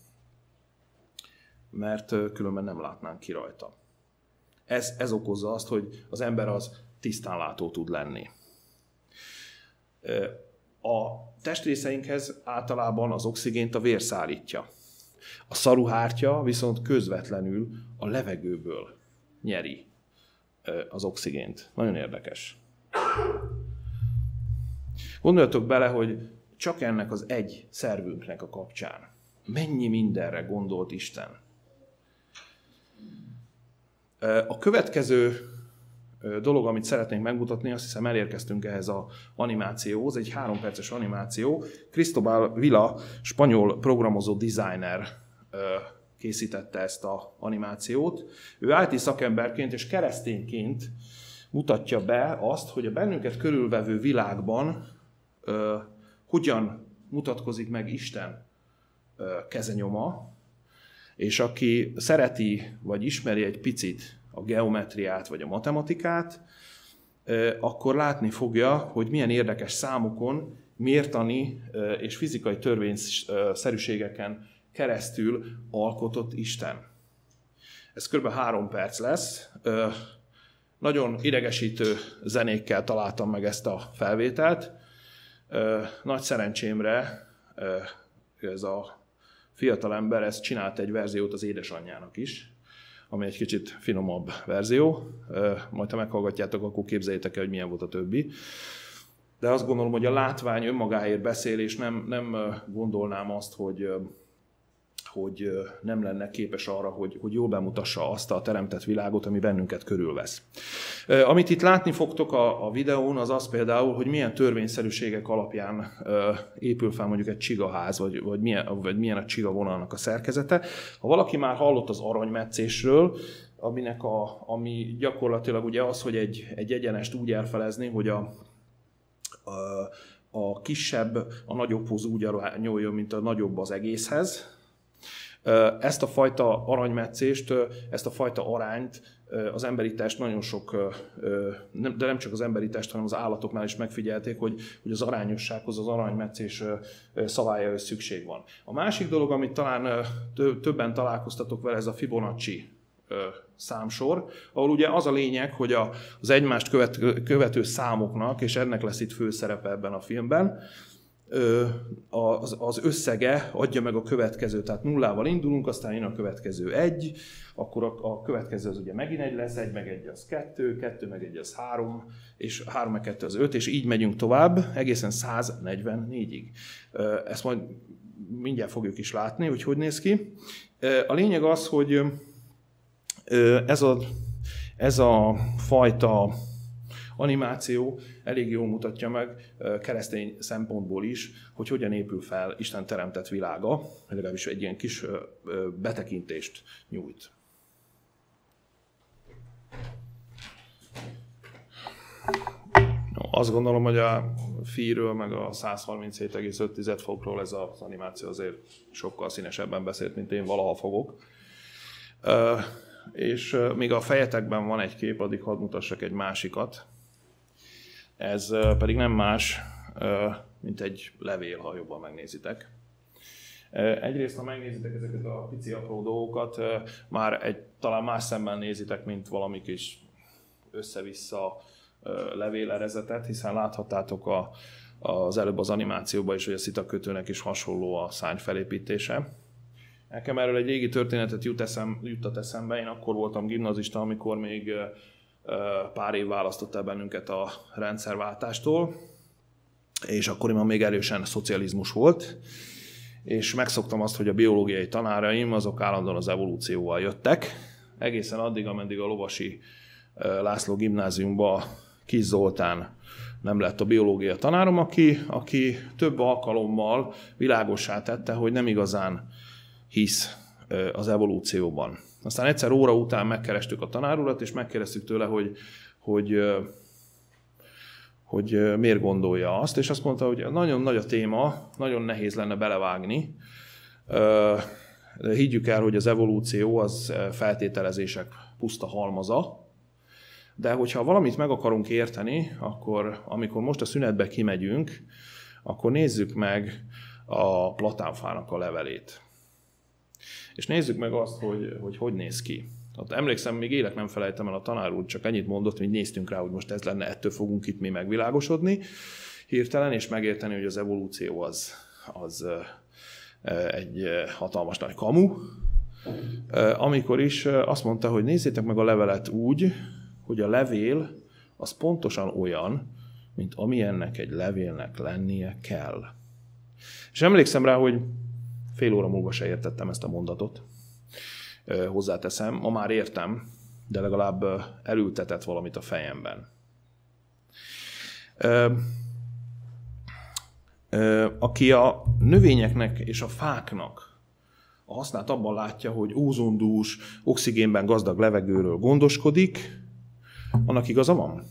mert különben nem látnánk ki rajta. Ez, ez okozza azt, hogy az ember az tisztánlátó tud lenni. A testrészeinkhez általában az oxigént a vér szállítja. A szaruhártya viszont közvetlenül a levegőből nyeri az oxigént. Nagyon érdekes. Gondoljatok bele, hogy csak ennek az egy szervünknek a kapcsán mennyi mindenre gondolt Isten. A következő dolog, amit szeretnénk megmutatni, azt hiszem elérkeztünk ehhez az animációhoz, egy három perces animáció. Cristóbal Vila, spanyol programozó designer készítette ezt az animációt. Ő i té szakemberként és keresztényként mutatja be azt, hogy a bennünket körülvevő világban uh, hogyan mutatkozik meg Isten uh, kezenyoma, és aki szereti vagy ismeri egy picit a geometriát vagy a matematikát, uh, akkor látni fogja, hogy milyen érdekes számokon, mértani uh, és fizikai törvényszerűségeken keresztül alkotott Isten. Ez kb. három perc lesz. Uh, Nagyon idegesítő zenékkel találtam meg ezt a felvételt. Nagy szerencsémre ez a fiatalember ezt csinált egy verziót az édesanyjának is, ami egy kicsit finomabb verzió. Majd ha meghallgatjátok, akkor képzeljétek el, hogy milyen volt a többi. De azt gondolom, hogy a látvány önmagáért beszél, és nem, nem gondolnám azt, hogy hogy nem lenne képes arra, hogy, hogy jól bemutassa azt a teremtett világot, ami bennünket körülvesz. Amit itt látni fogtok a, a videón, az az például, hogy milyen törvényszerűségek alapján épül fel mondjuk egy csigaház, vagy, vagy, milyen, vagy milyen a csigavonalnak a szerkezete. Ha valaki már hallott az aranymetszésről, aminek a, ami gyakorlatilag ugye az, hogy egy, egy egyenest úgy elfelezni, hogy a, a, a kisebb a nagyobbhoz úgy nyúljon, mint a nagyobb az egészhez. Ezt a fajta aranymetszést, ezt a fajta arányt az emberi test nagyon sok, de nem csak az emberi test, hanem az állatoknál is megfigyelték, hogy, hogy az arányossághoz, az aranymetszés szabálya szükség van. A másik dolog, amit talán többen találkoztatok vele, ez a Fibonacci számsor, ahol ugye az a lényeg, hogy az egymást követ, követő számoknak, és ennek lesz itt főszerepe ebben a filmben, az összege adja meg a következő, tehát nullával indulunk, aztán jön a következő egy, akkor a, a következő az ugye megint egy lesz, egy meg egy az kettő, kettő meg egy az három, és három meg kettő az öt, és így megyünk tovább egészen száznegyvennégyig. Ezt majd mindjárt fogjuk is látni, hogy hogy néz ki. A lényeg az, hogy ez a, ez a fajta animáció elég jól mutatja meg keresztény szempontból is, hogy hogyan épül fel Isten teremtett világa, legalábbis egy ilyen kis betekintést nyújt. No, azt gondolom, hogy a Phi-ről meg a száz harminchét egész öt fokról ez az animáció azért sokkal színesebben beszélt, mint én valaha fogok. És még a fejetekben van egy kép, addig hadd mutassak egy másikat. Ez pedig nem más, mint egy levél, ha jobban megnézitek. Egyrészt, ha megnézitek ezeket a pici apró dolgokat, már egy talán más szemmel nézitek, mint valami kis össze-vissza levélerezetet, hiszen láthattátok a, az előbb az animációban is, hogy a szitakötőnek is hasonló a szárny felépítése. Nekem erről egy régi történetet jut eszem, juttat eszembe. Én akkor voltam gimnazista, amikor még pár év választott el bennünket a rendszerváltástól, és akkoriban még erősen szocializmus volt, és megszoktam azt, hogy a biológiai tanáraim azok állandóan az evolúcióval jöttek, egészen addig, ameddig a Lovasi László gimnáziumba Kis Zoltán nem lett a biológia tanárom, aki, aki több alkalommal világossá tette, hogy nem igazán hisz az evolúcióban. Aztán egyszer óra után megkerestük a tanárurat, és megkérdeztük tőle, hogy, hogy, hogy miért gondolja azt, és azt mondta, hogy nagyon nagy a téma, nagyon nehéz lenne belevágni. Higgyük el, hogy az evolúció az feltételezések puszta halmaza, de hogyha valamit meg akarunk érteni, akkor amikor most a szünetbe kimegyünk, akkor nézzük meg a platánfának a levelét. És nézzük meg azt, hogy hogy, hogy néz ki. Hát emlékszem, még élek nem felejtem el, a tanár úr csak ennyit mondott, hogy néztünk rá, hogy most ez lenne, ettől fogunk itt mi megvilágosodni hirtelen, és megérteni, hogy az evolúció az, az egy hatalmas nagy kamu. Amikor is azt mondta, hogy nézzétek meg a levelet úgy, hogy a levél az pontosan olyan, mint amilyennek egy levélnek lennie kell. És emlékszem rá, hogy fél óra múlva se értettem ezt a mondatot. Hozzáteszem, ma már értem, de legalább elültetett valamit a fejemben. Aki a növényeknek és a fáknak a hasznát abban látja, hogy ózondús, oxigénben gazdag levegőről gondoskodik, annak igaza van?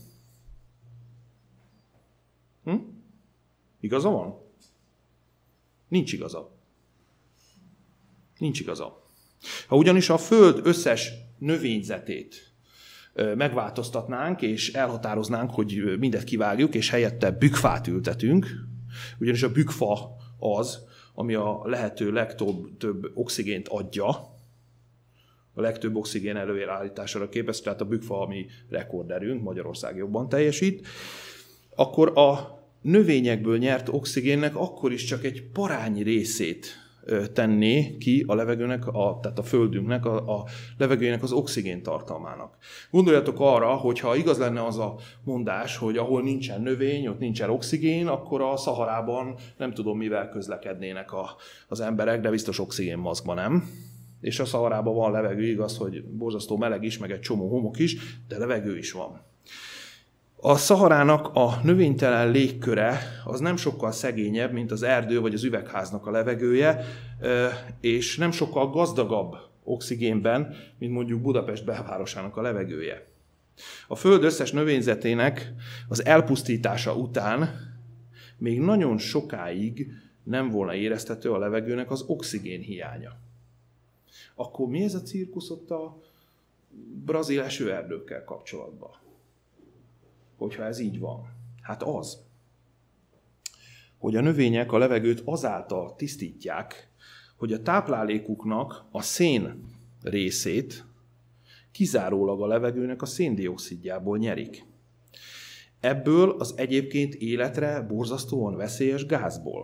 Hm? Igaza van? Nincs igaza. Nincs igaza. Ha ugyanis a Föld összes növényzetét megváltoztatnánk, és elhatároznánk, hogy mindet kivágjuk, és helyette bükkfát ültetünk, ugyanis a bükkfa az, ami a lehető legtöbb több oxigént adja, a legtöbb oxigén előállítására képes, tehát a bükkfa, ami rekorderünk, Magyarország jobban teljesít, akkor a növényekből nyert oxigénnek akkor is csak egy parányi részét tenné ki a levegőnek, a, tehát a földünknek, a, a levegőjének az oxigén tartalmának. Gondoljatok arra, hogy ha igaz lenne az a mondás, hogy ahol nincsen növény, ott nincsen oxigén, akkor a Szaharában nem tudom mivel közlekednének a, az emberek, de biztos oxigénmaszkban nem. És a Szaharában van levegő, igaz, hogy borzasztó meleg is, meg egy csomó homok is, de levegő is van. A Szaharának a növénytelen légköre az nem sokkal szegényebb, mint az erdő vagy az üvegháznak a levegője, és nem sokkal gazdagabb oxigénben, mint mondjuk Budapest belvárosának a levegője. A Föld összes növényzetének az elpusztítása után még nagyon sokáig nem volna éreztető a levegőnek az oxigén hiánya. Akkor mi ez a cirkusz ott a brazil esőerdőkkel kapcsolatban? Hogyha ez így van. Hát az, hogy a növények a levegőt azáltal tisztítják, hogy a táplálékuknak a szén részét kizárólag a levegőnek a széndioxidjából nyerik. Ebből az egyébként életre borzasztóan veszélyes gázból.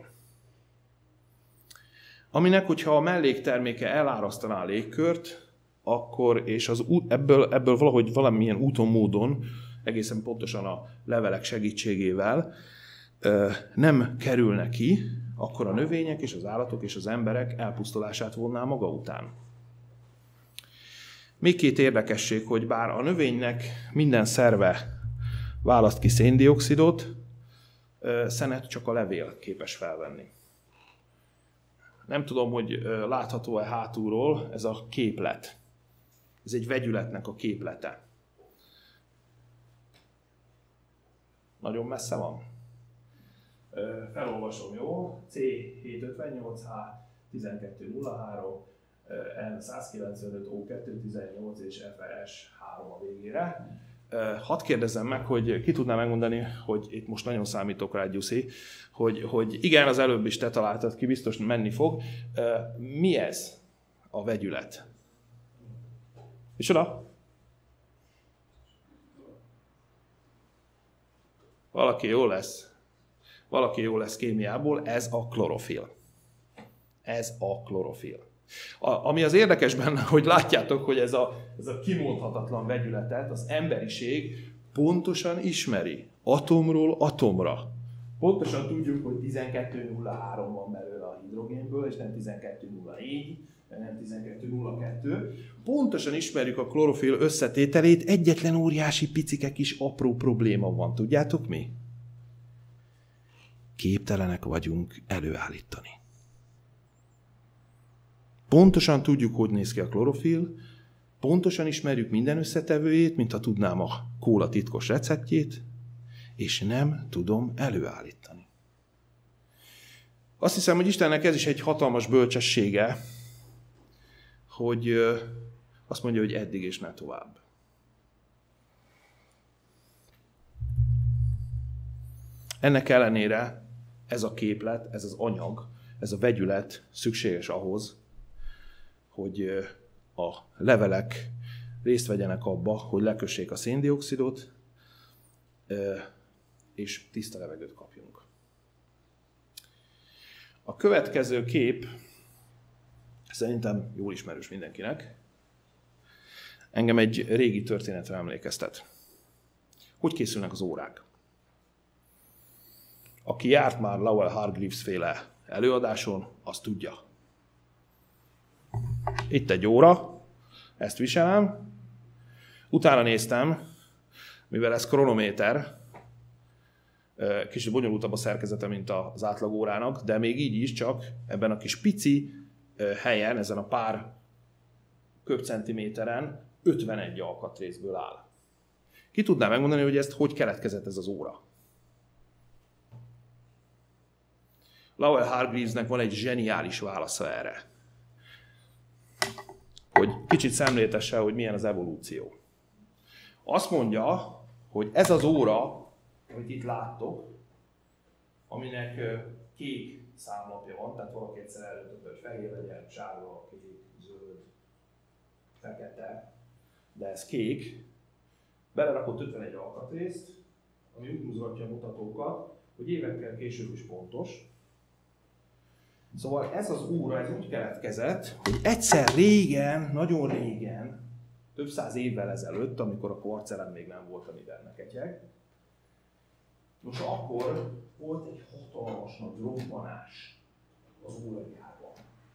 Aminek, hogyha a mellékterméke elárasztaná a légkört, akkor, és az, ebből, ebből valahogy valamilyen úton, módon, egészen pontosan a levelek segítségével nem kerülne ki, akkor a növények és az állatok és az emberek elpusztulását vonná maga után. Még két érdekesség, hogy bár a növénynek minden szerve választ ki széndioxidot, szenet csak a levél képes felvenni. Nem tudom, hogy látható-e hátulról ez a képlet. Ez egy vegyületnek a képlete. Nagyon messze van. Felolvasom, jó? C hétszázötvennyolc, H tizenkettőszázhárom, N százkilencvenöt, O kétszáztizennyolc és F S három a végére. Hadd kérdezzem meg, hogy ki tudná megmondani, hogy itt most nagyon számítok rá, Gyuszi, hogy, hogy igen, az előbb is te találtad ki, biztos menni fog. Mi ez a vegyület? És oda? Valaki jó lesz. Valaki jó lesz kémiából, ez a klorofil. Ez a klorofil. A, ami az érdekes benne, hogy látjátok, hogy ez a, ez a kimondhatatlan vegyületet az emberiség pontosan ismeri. Atomról atomra. Pontosan tudjuk, hogy tizenkettő nulla három van belőle a hidrogénből, és nem tizenkettő nulla négy, nem tizenkettő nulla kettő. Pontosan ismerjük a klorofil összetételét, egyetlen óriási picike kis apró probléma van. Tudjátok mi? Képtelenek vagyunk előállítani. Pontosan tudjuk, hogy néz ki a klorofil, pontosan ismerjük minden összetevőjét, mintha tudnám a kóla titkos receptjét, és nem tudom előállítani. Azt hiszem, hogy Istennek ez is egy hatalmas bölcsessége, hogy azt mondja, hogy eddig és ne tovább. Ennek ellenére ez a képlet, ez az anyag, ez a vegyület szükséges ahhoz, hogy a levelek részt vegyenek abba, hogy lekössék a széndioxidot, és tiszta levegőt kapjunk. A következő kép szerintem jól ismerős mindenkinek. Engem egy régi történetre emlékeztet. Hogy készülnek az órák? Aki járt már Lowell Hargreaves féle előadáson, az tudja. Itt egy óra, ezt viselem. Utána néztem, mivel ez kronométer, kicsit bonyolultabb a szerkezete, mint az átlag órának, de még így is csak ebben a kis pici helyen, ezen a pár köbcentiméteren ötvenegy alkatrészből áll. Ki tudná megmondani, hogy ezt hogy keletkezett ez az óra? Lowell Hargreavesnek van egy zseniális válasza erre. Hogy kicsit szemléltesse, hogy milyen az evolúció. Azt mondja, hogy ez az óra, amit itt láttok, aminek kék számlapja van, tehát valaki egyszer előtt, hogy fehér legyen, sárga, kék, zöld, fekete, de ez kék. Belerakott ötvenegy alkatrészt, ami úgy mozgatja a mutatókat, hogy évekkel később is pontos. Szóval ez az óra, ez úgy keletkezett, hogy egyszer régen, nagyon régen, több száz évvel ezelőtt, amikor a kvarcelem még nem volt, amiben ne ketyeg, most akkor volt egy hatalmas nagy robbanás az óragyárban.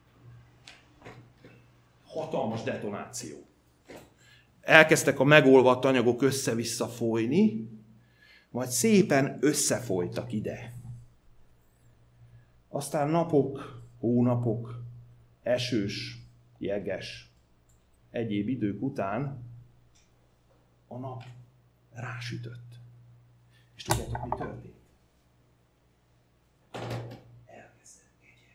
Hatalmas detonáció. Elkezdtek a megolvadt anyagok össze-vissza folyni, majd szépen összefolytak ide. Aztán napok, hónapok, esős, jeges, egyéb idők után a nap rásütött. És tudjátok, mi történt? Elkezdett ketyegni.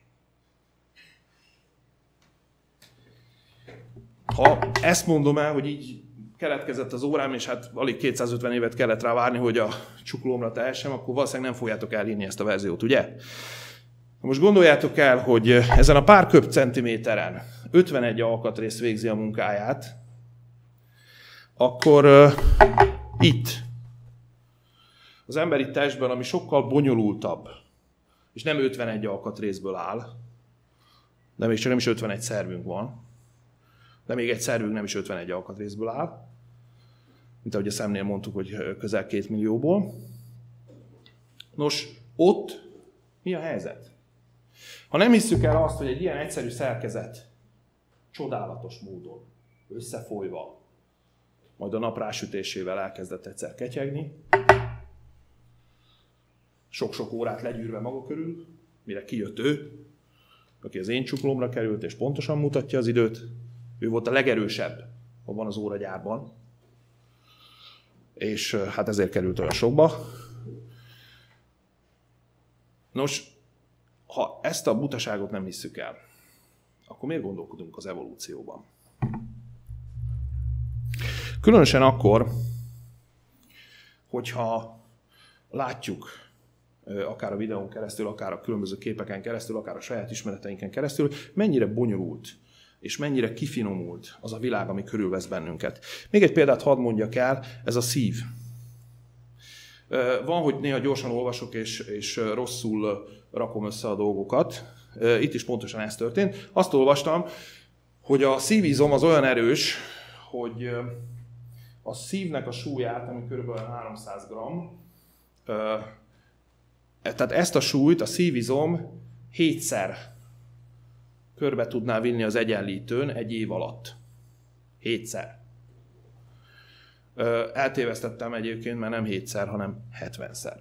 Ha ezt mondom el, hogy így keletkezett az órám, és hát alig kétszázötven évet kellett rá várni, hogy a csuklómra tehessem, akkor valószínűleg nem fogjátok elhinni ezt a verziót, ugye? Most gondoljátok el, hogy ezen a pár köbcentiméteren ötvenegy alkatrész végzi a munkáját, akkor uh, itt, az emberi testben, ami sokkal bonyolultabb, és nem ötvenegy alkatrészből áll, de még csak nem is ötvenegy szervünk van, de még egy szervünk nem is ötvenegy alkatrészből áll, mint ahogy a szemnél mondtuk, hogy közel két millióból. Nos, ott mi a helyzet? Ha nem hisszük el azt, hogy egy ilyen egyszerű szerkezet csodálatos módon összefolyva, majd a nap rásütésével elkezdett egyszer ketyegni, sok-sok órát legyűrve maga körül, mire kijött ő, aki az én csuklómra került, és pontosan mutatja az időt. Ő volt a legerősebb abban az óragyárban, és hát ezért került olyan sokba. Nos, ha ezt a butaságot nem hisszük el, akkor miért gondolkodunk az evolúcióban? Különösen akkor, hogyha látjuk, akár a videón keresztül, akár a különböző képeken keresztül, akár a saját ismereteinken keresztül, mennyire bonyolult és mennyire kifinomult az a világ, ami körülvesz bennünket. Még egy példát hadd mondjak el, ez a szív. Van, hogy néha gyorsan olvasok, és, és rosszul rakom össze a dolgokat. Itt is pontosan ez történt. Azt olvastam, hogy a szívizom az olyan erős, hogy a szívnek a súlyát, ami kb. háromszáz gramm, tehát ezt a súlyt a szívizom hétszer körbe tudná vinni az egyenlítőn egy év alatt. Hétszer. Eltévesztettem egyébként, mert nem hétszer, hanem hetvenszer.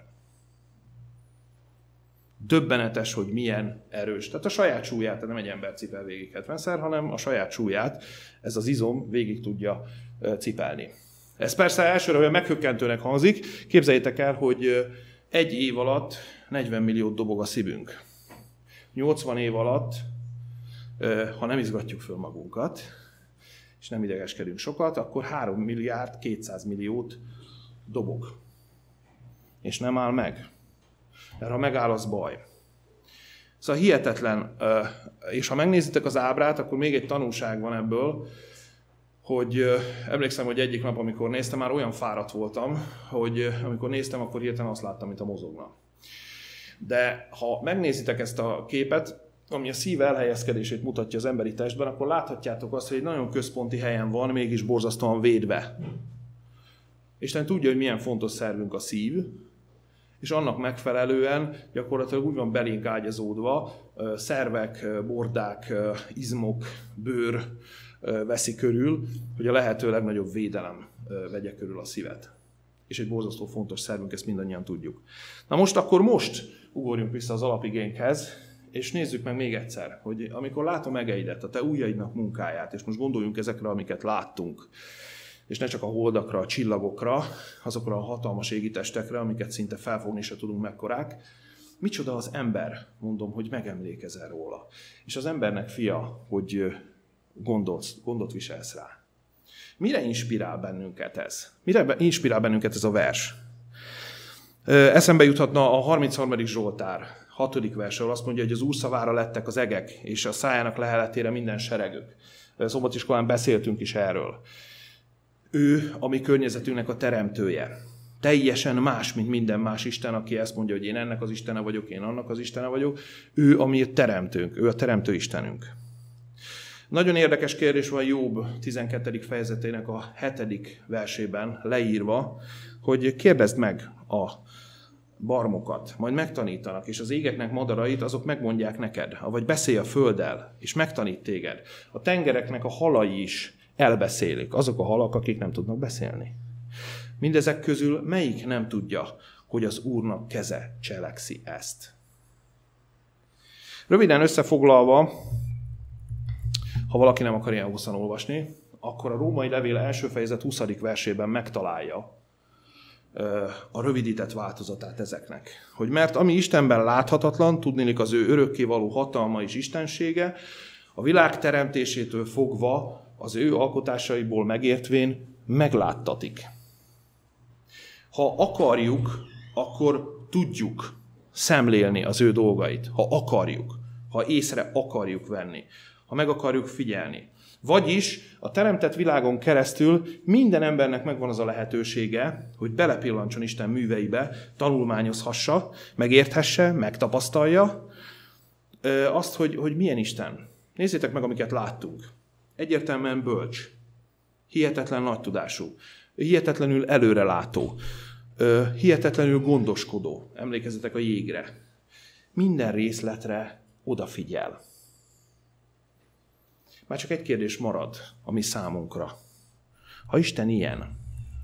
Döbbenetes, hogy milyen erős. Tehát a saját súlyát, tehát nem egy ember cipel végig hetvenszer, hanem a saját súlyát ez az izom végig tudja cipelni. Ez persze elsőre olyan meghökkentőnek hangzik. Képzeljétek el, hogy egy év alatt negyven milliót dobog a szívünk. nyolcvan év alatt, ha nem izgatjuk föl magunkat, és nem idegeskedünk sokat, akkor három milliárd kétszáz milliót dobog. És nem áll meg. Mert ha megáll, az baj. Szóval hihetetlen, és ha megnézitek az ábrát, akkor még egy tanulság van ebből, hogy emlékszem, hogy egyik nap, amikor néztem, már olyan fáradt voltam, hogy amikor néztem, akkor hirtelen azt láttam, mint a mozogna. De ha megnézitek ezt a képet, ami a szív elhelyezkedését mutatja az emberi testben, akkor láthatjátok azt, hogy egy nagyon központi helyen van, mégis borzasztóan védve. Isten tudja, hogy milyen fontos szervünk a szív, és annak megfelelően gyakorlatilag úgy van belénk ágyazódva, szervek, bordák, izmok, bőr veszi körül, hogy a lehető legnagyobb védelem vegye körül a szívet. És egy borzasztó fontos szervünk, ezt mindannyian tudjuk. Na most akkor most ugorjunk vissza az alapigénkhez, és nézzük meg még egyszer, hogy amikor látom egeidet, a te ujjaidnak munkáját, és most gondoljunk ezekre, amiket láttunk, és ne csak a holdakra, a csillagokra, azokra a hatalmas égitestekre, amiket szinte felfogni se tudunk mekkorák. Micsoda az ember, mondom, hogy megemlékezel róla. És az embernek fia, hogy gondolsz, gondot viselsz rá. Mire inspirál bennünket ez? Mire inspirál bennünket ez a vers? Eszembe juthatna a harmincharmadik Zsoltár hatodik vers, ahol azt mondja, hogy az Úr szavára lettek az egek, és a szájának leheletére minden seregük. Szombatiskolán beszéltünk is erről. Ő a mi környezetünknek a teremtője. Teljesen más, mint minden más Isten, aki ezt mondja, hogy én ennek az Istene vagyok, én annak az Istene vagyok. Ő a mi teremtőnk, ő a teremtő Istenünk. Nagyon érdekes kérdés van Jobb tizenkettedik fejezetének a hetedik versében leírva, hogy kérdezd meg a barmokat, majd megtanítanak, és az égeknek madarait, azok megmondják neked, vagy beszélj a földdel, és megtanít téged. A tengereknek a halai is elbeszélik, azok a halak, akik nem tudnak beszélni. Mindezek közül melyik nem tudja, hogy az Úrnak keze cselekszi ezt? Röviden összefoglalva, ha valaki nem akar ilyen hosszan olvasni, akkor a római levél első fejezet huszadik versében megtalálja a rövidített változatát ezeknek. Hogy mert ami Istenben láthatatlan, tudniillik az ő örökkévaló hatalma és istensége, a világ teremtésétől fogva az ő alkotásaiból megértvén megláttatik. Ha akarjuk, akkor tudjuk szemlélni az ő dolgait. Ha akarjuk, ha észre akarjuk venni, ha meg akarjuk figyelni. Vagyis a teremtett világon keresztül minden embernek megvan az a lehetősége, hogy belepillantson Isten műveibe, tanulmányozhassa, megérthesse, megtapasztalja azt, hogy, hogy milyen Isten. Nézzétek meg, amiket láttunk. Egyértelműen bölcs, hihetetlen nagy tudású, hihetetlenül előrelátó, hihetetlenül gondoskodó. Emlékezzetek a jégre. Minden részletre odafigyel. Már csak egy kérdés marad a mi számunkra. Ha Isten ilyen,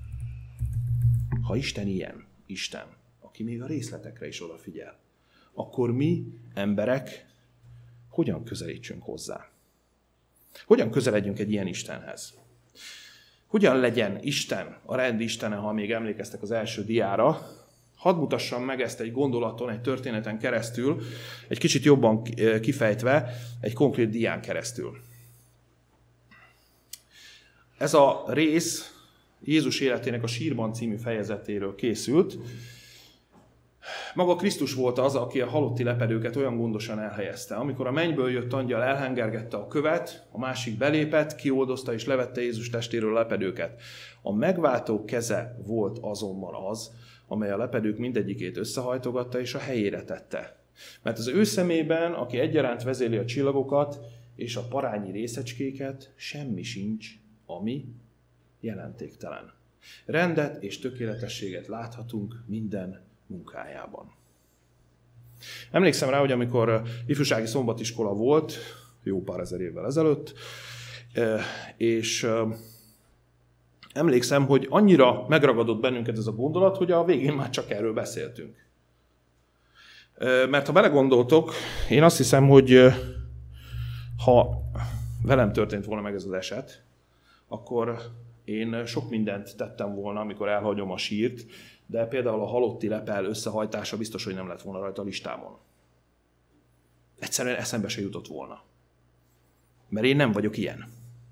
ha Isten ilyen, Isten, aki még a részletekre is odafigyel, akkor mi, emberek, hogyan közelítsünk hozzá? Hogyan közeledjünk egy ilyen Istenhez? Hogyan legyen Isten, a rend Istene, ha még emlékeztek az első diára? Hadd mutassam meg ezt egy gondolaton, egy történeten keresztül, egy kicsit jobban kifejtve, egy konkrét dián keresztül. Ez a rész Jézus életének a Sírban című fejezetéről készült. Maga Krisztus volt az, aki a halotti lepedőket olyan gondosan elhelyezte. Amikor a mennyből jött angyal elhengergette a követ, a másik belépett, kioldozta és levette Jézus testéről a lepedőket. A megváltó keze volt azonban az, amely a lepedők mindegyikét összehajtogatta és a helyére tette. Mert az ő szemében, aki egyaránt vezéli a csillagokat és a parányi részecskéket, semmi sincs, ami jelentéktelen. Rendet és tökéletességet láthatunk minden munkájában. Emlékszem rá, hogy amikor ifjúsági szombatiskola volt, jó pár ezer évvel ezelőtt, és emlékszem, hogy annyira megragadott bennünket ez a gondolat, hogy a végén már csak erről beszéltünk. Mert ha belegondoltok, én azt hiszem, hogy ha velem történt volna meg ez az eset, akkor én sok mindent tettem volna, amikor elhagyom a sírt, de például a halotti lepel összehajtása biztos, hogy nem lett volna rajta a listámon. Egyszerűen eszembe se jutott volna. Mert én nem vagyok ilyen.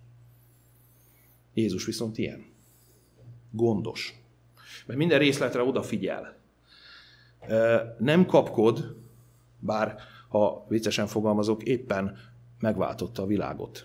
Jézus viszont ilyen. Gondos. Mert minden részletre odafigyel. Nem kapkod, bár ha viccesen fogalmazok, éppen megváltotta a világot.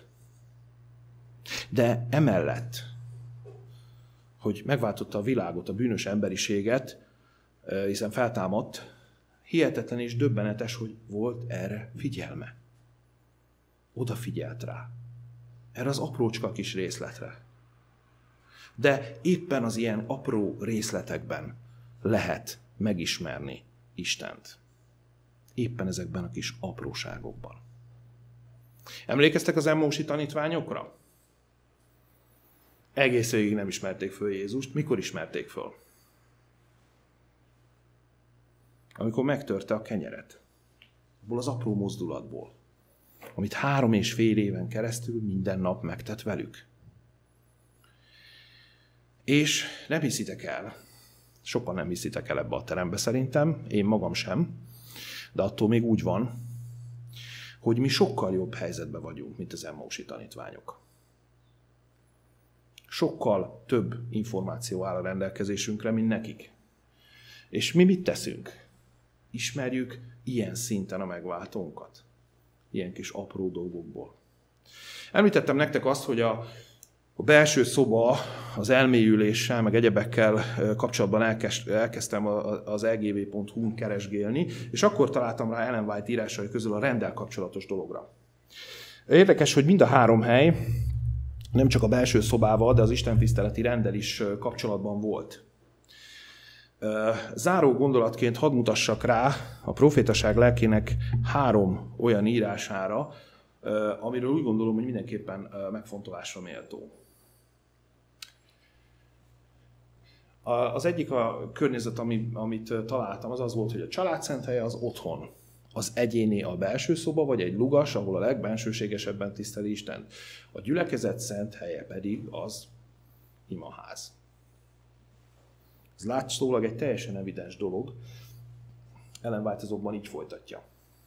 De emellett, hogy megváltotta a világot, a bűnös emberiséget, hiszen feltámadt, hihetetlen és döbbenetes, hogy volt erre figyelme. Odafigyelt rá. Erre az aprócska kis részletre. De éppen az ilyen apró részletekben lehet megismerni Istent. Éppen ezekben a kis apróságokban. Emlékeztek az emmausi tanítványokra? Egész végig nem ismerték föl Jézust. Mikor ismerték föl? Amikor megtörte a kenyeret. Abból az apró mozdulatból, amit három és fél éven keresztül minden nap megtett velük. És nem hiszitek el, sokan nem hiszitek el ebbe a terembe szerintem, én magam sem, de attól még úgy van, hogy mi sokkal jobb helyzetben vagyunk, mint az emmausi tanítványok. Sokkal több információ áll a rendelkezésünkre, mint nekik. És mi mit teszünk? Ismerjük ilyen szinten a megváltónkat. Ilyen kis apró dolgokból. Említettem nektek azt, hogy a, a belső szoba az elmélyüléssel, meg egyebekkel kapcsolatban elkezd, elkezdtem az e g v pont hu-n keresgélni, és akkor találtam rá Ellen White írásai közül a renddel kapcsolatos dologra. Érdekes, hogy mind a három hely nem csak a belső szobával, de az istentiszteleti renddel is kapcsolatban volt. Záró gondolatként hadd mutassak rá a profétaság lelkének három olyan írására, amiről úgy gondolom, hogy mindenképpen megfontolásra méltó. Az egyik a környezet, amit találtam, az az volt, hogy a család szent helye az otthon. Az egyéni a belső szoba, vagy egy lugas, ahol a legbensőségesebben tiszteli Istent. A gyülekezet szent helye pedig az imaház. Ez látszólag egy teljesen evidens dolog. Ellen White azonban így folytatja.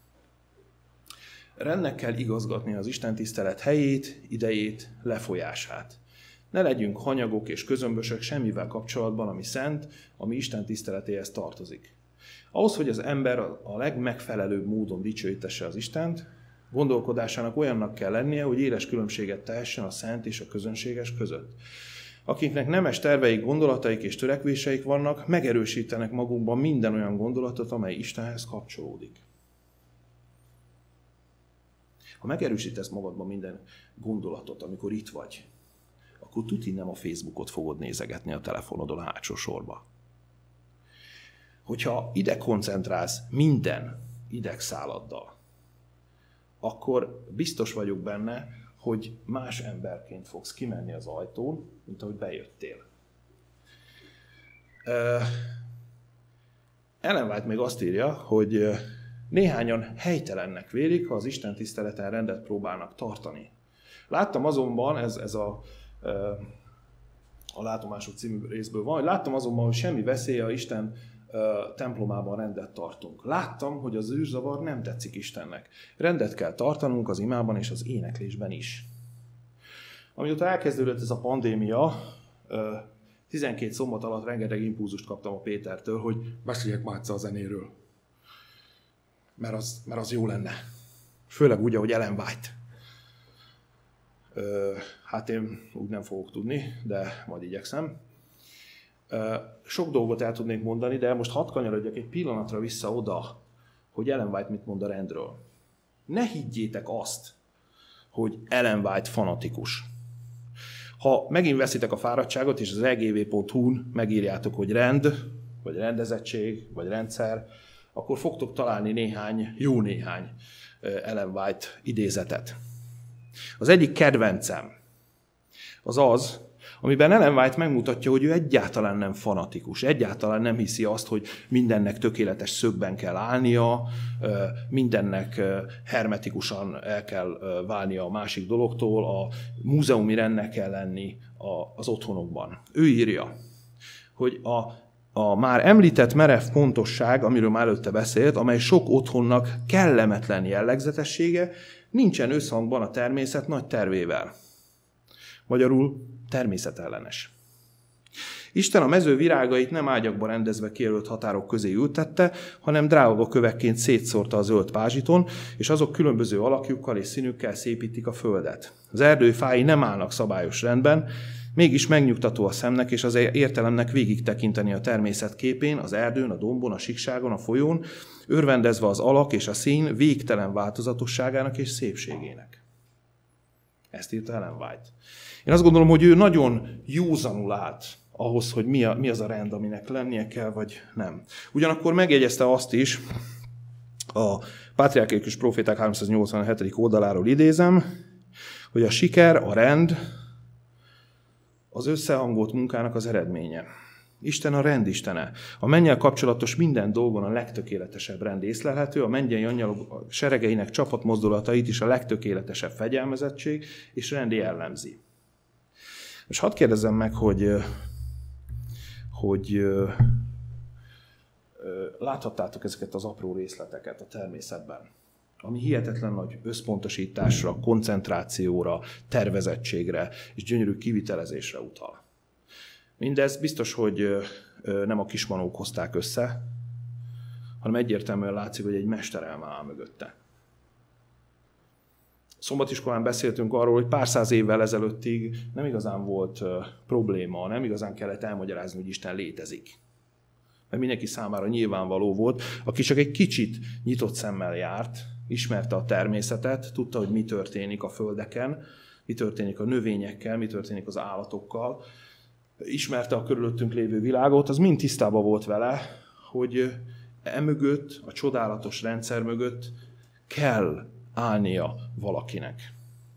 Rendnek kell igazgatni az istentisztelet helyét, idejét, lefolyását. Ne legyünk hanyagok és közömbösök semmivel kapcsolatban, ami szent, ami Isten tiszteletéhez tartozik. Ahhoz, hogy az ember a legmegfelelőbb módon dicsőítesse az Istent, gondolkodásának olyannak kell lennie, hogy éles különbséget tehessen a szent és a közönséges között. Akiknek nemes terveik, gondolataik és törekvéseik vannak, megerősítenek magukban minden olyan gondolatot, amely Istenhez kapcsolódik. Ha megerősítesz magadban minden gondolatot, amikor itt vagy, akkor tuti nem a Facebookot fogod nézegetni a telefonodon a hátsó sorba. Hogyha ide koncentrálsz minden idegszáladdal, akkor biztos vagyok benne, hogy más emberként fogsz kimenni az ajtón, mint ahogy bejöttél. Ellen White még azt írja, hogy néhányan helytelennek vélik, ha az Isten tiszteleten rendet próbálnak tartani. Láttam azonban, ez, ez a, a Látomások című részből van, hogy láttam azonban, hogy semmi veszélye a Isten templomában rendet tartunk. Láttam, hogy az űrzavar nem tetszik Istennek. Rendet kell tartanunk az imában és az éneklésben is. Amióta elkezdődött ez a pandémia, tizenkét szombat alatt rengeteg impulzust kaptam a Pétertől, hogy beszéljek már egyszer a zenéről. Mert az, mert az jó lenne. Főleg úgy, ahogy Ellen White. Ö, hát én úgy nem fogok tudni, de majd igyekszem. Ö, sok dolgot el tudnék mondani, de most hadd kanyarodjak egy pillanatra vissza oda, hogy Ellen White mit mond a rendről. Ne higgyétek azt, hogy Ellen White fanatikus. Ha megint veszitek a fáradtságot, és az e g v pont hu-n megírjátok, hogy rend, vagy rendezettség, vagy rendszer, akkor fogtok találni néhány, jó néhány Ellen White idézetet. Az egyik kedvencem az az, amiben Ellen White megmutatja, hogy ő egyáltalán nem fanatikus, egyáltalán nem hiszi azt, hogy mindennek tökéletes szögben kell állnia, mindennek hermetikusan el kell válnia a másik dologtól, a múzeumi rendnek kell lenni az otthonokban. Ő írja, hogy a, a már említett merev pontosság, amiről már előtte beszélt, amely sok otthonnak kellemetlen jellegzetessége, nincsen összhangban a természet nagy tervével. Magyarul természetellenes. Isten a mező virágait nem ágyakba rendezve kijelölt határok közé ültette, hanem drága kövekként szétszórta a zöld pázsiton, és azok különböző alakjukkal és színükkel szépítik a földet. Az erdő fái nem állnak szabályos rendben, mégis megnyugtató a szemnek és az értelemnek végig tekinteni a természet képén, az erdőn, a dombon, a síkságon, a folyón, örvendezve az alak és a szín végtelen változatosságának és szépségének. Ezt írta Ellen White. Én azt gondolom, hogy ő nagyon józanul állt ahhoz, hogy mi, a, mi az a rend, aminek lennie kell, vagy nem. Ugyanakkor megjegyezte azt is, a Pátriárkálikus Proféták háromszáznyolcvanhetedik oldaláról idézem, hogy a siker, a rend az összehangolt munkának az eredménye. Isten a rend istene. A mennyel kapcsolatos minden dolgon a legtökéletesebb rend észlelhető, a mennyei angyalok seregeinek csapatmozdulatait is a legtökéletesebb fegyelmezettség és rend jellemzi. Most hadd kérdezzem meg, hogy, hogy láthattátok ezeket az apró részleteket a természetben, ami hihetetlen nagy összpontosításra, koncentrációra, tervezettségre és gyönyörű kivitelezésre utal. Mindez biztos, hogy nem a kismanók hozták össze, hanem egyértelműen látszik, hogy egy mesterelme áll mögötte. Szombatiskolán beszéltünk arról, hogy pár száz évvel ezelőttig nem igazán volt probléma, nem igazán kellett elmagyarázni, hogy Isten létezik. Mert mindenki számára nyilvánvaló volt, aki csak egy kicsit nyitott szemmel járt, ismerte a természetet, tudta, hogy mi történik a földeken, mi történik a növényekkel, mi történik az állatokkal, ismerte a körülöttünk lévő világot, az mind tisztában volt vele, hogy emögött, a csodálatos rendszer mögött kell állnia valakinek.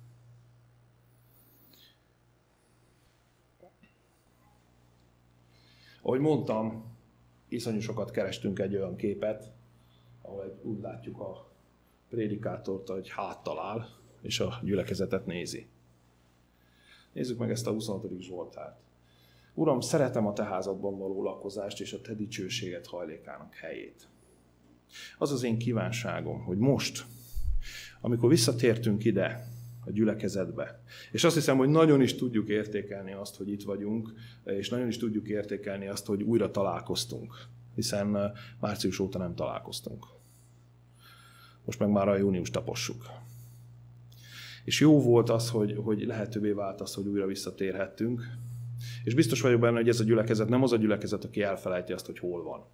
Ahogy mondtam, iszonyú sokat kerestünk egy olyan képet, ahol úgy látjuk a prédikátort, hogy háttal áll, és a gyülekezetet nézi. Nézzük meg ezt a huszonhatodik Zsoltárt. Uram, szeretem a te házadban való lakozást és a te dicsőséget hajlékának helyét. Az az én kívánságom, hogy most, amikor visszatértünk ide, a gyülekezetbe, és azt hiszem, hogy nagyon is tudjuk értékelni azt, hogy itt vagyunk, és nagyon is tudjuk értékelni azt, hogy újra találkoztunk, hiszen március óta nem találkoztunk. Most meg már a június tapossuk. És jó volt az, hogy, hogy lehetővé vált az, hogy újra visszatérhettünk, és biztos vagyok benne, hogy ez a gyülekezet nem az a gyülekezet, aki elfelejti azt, hogy hol van.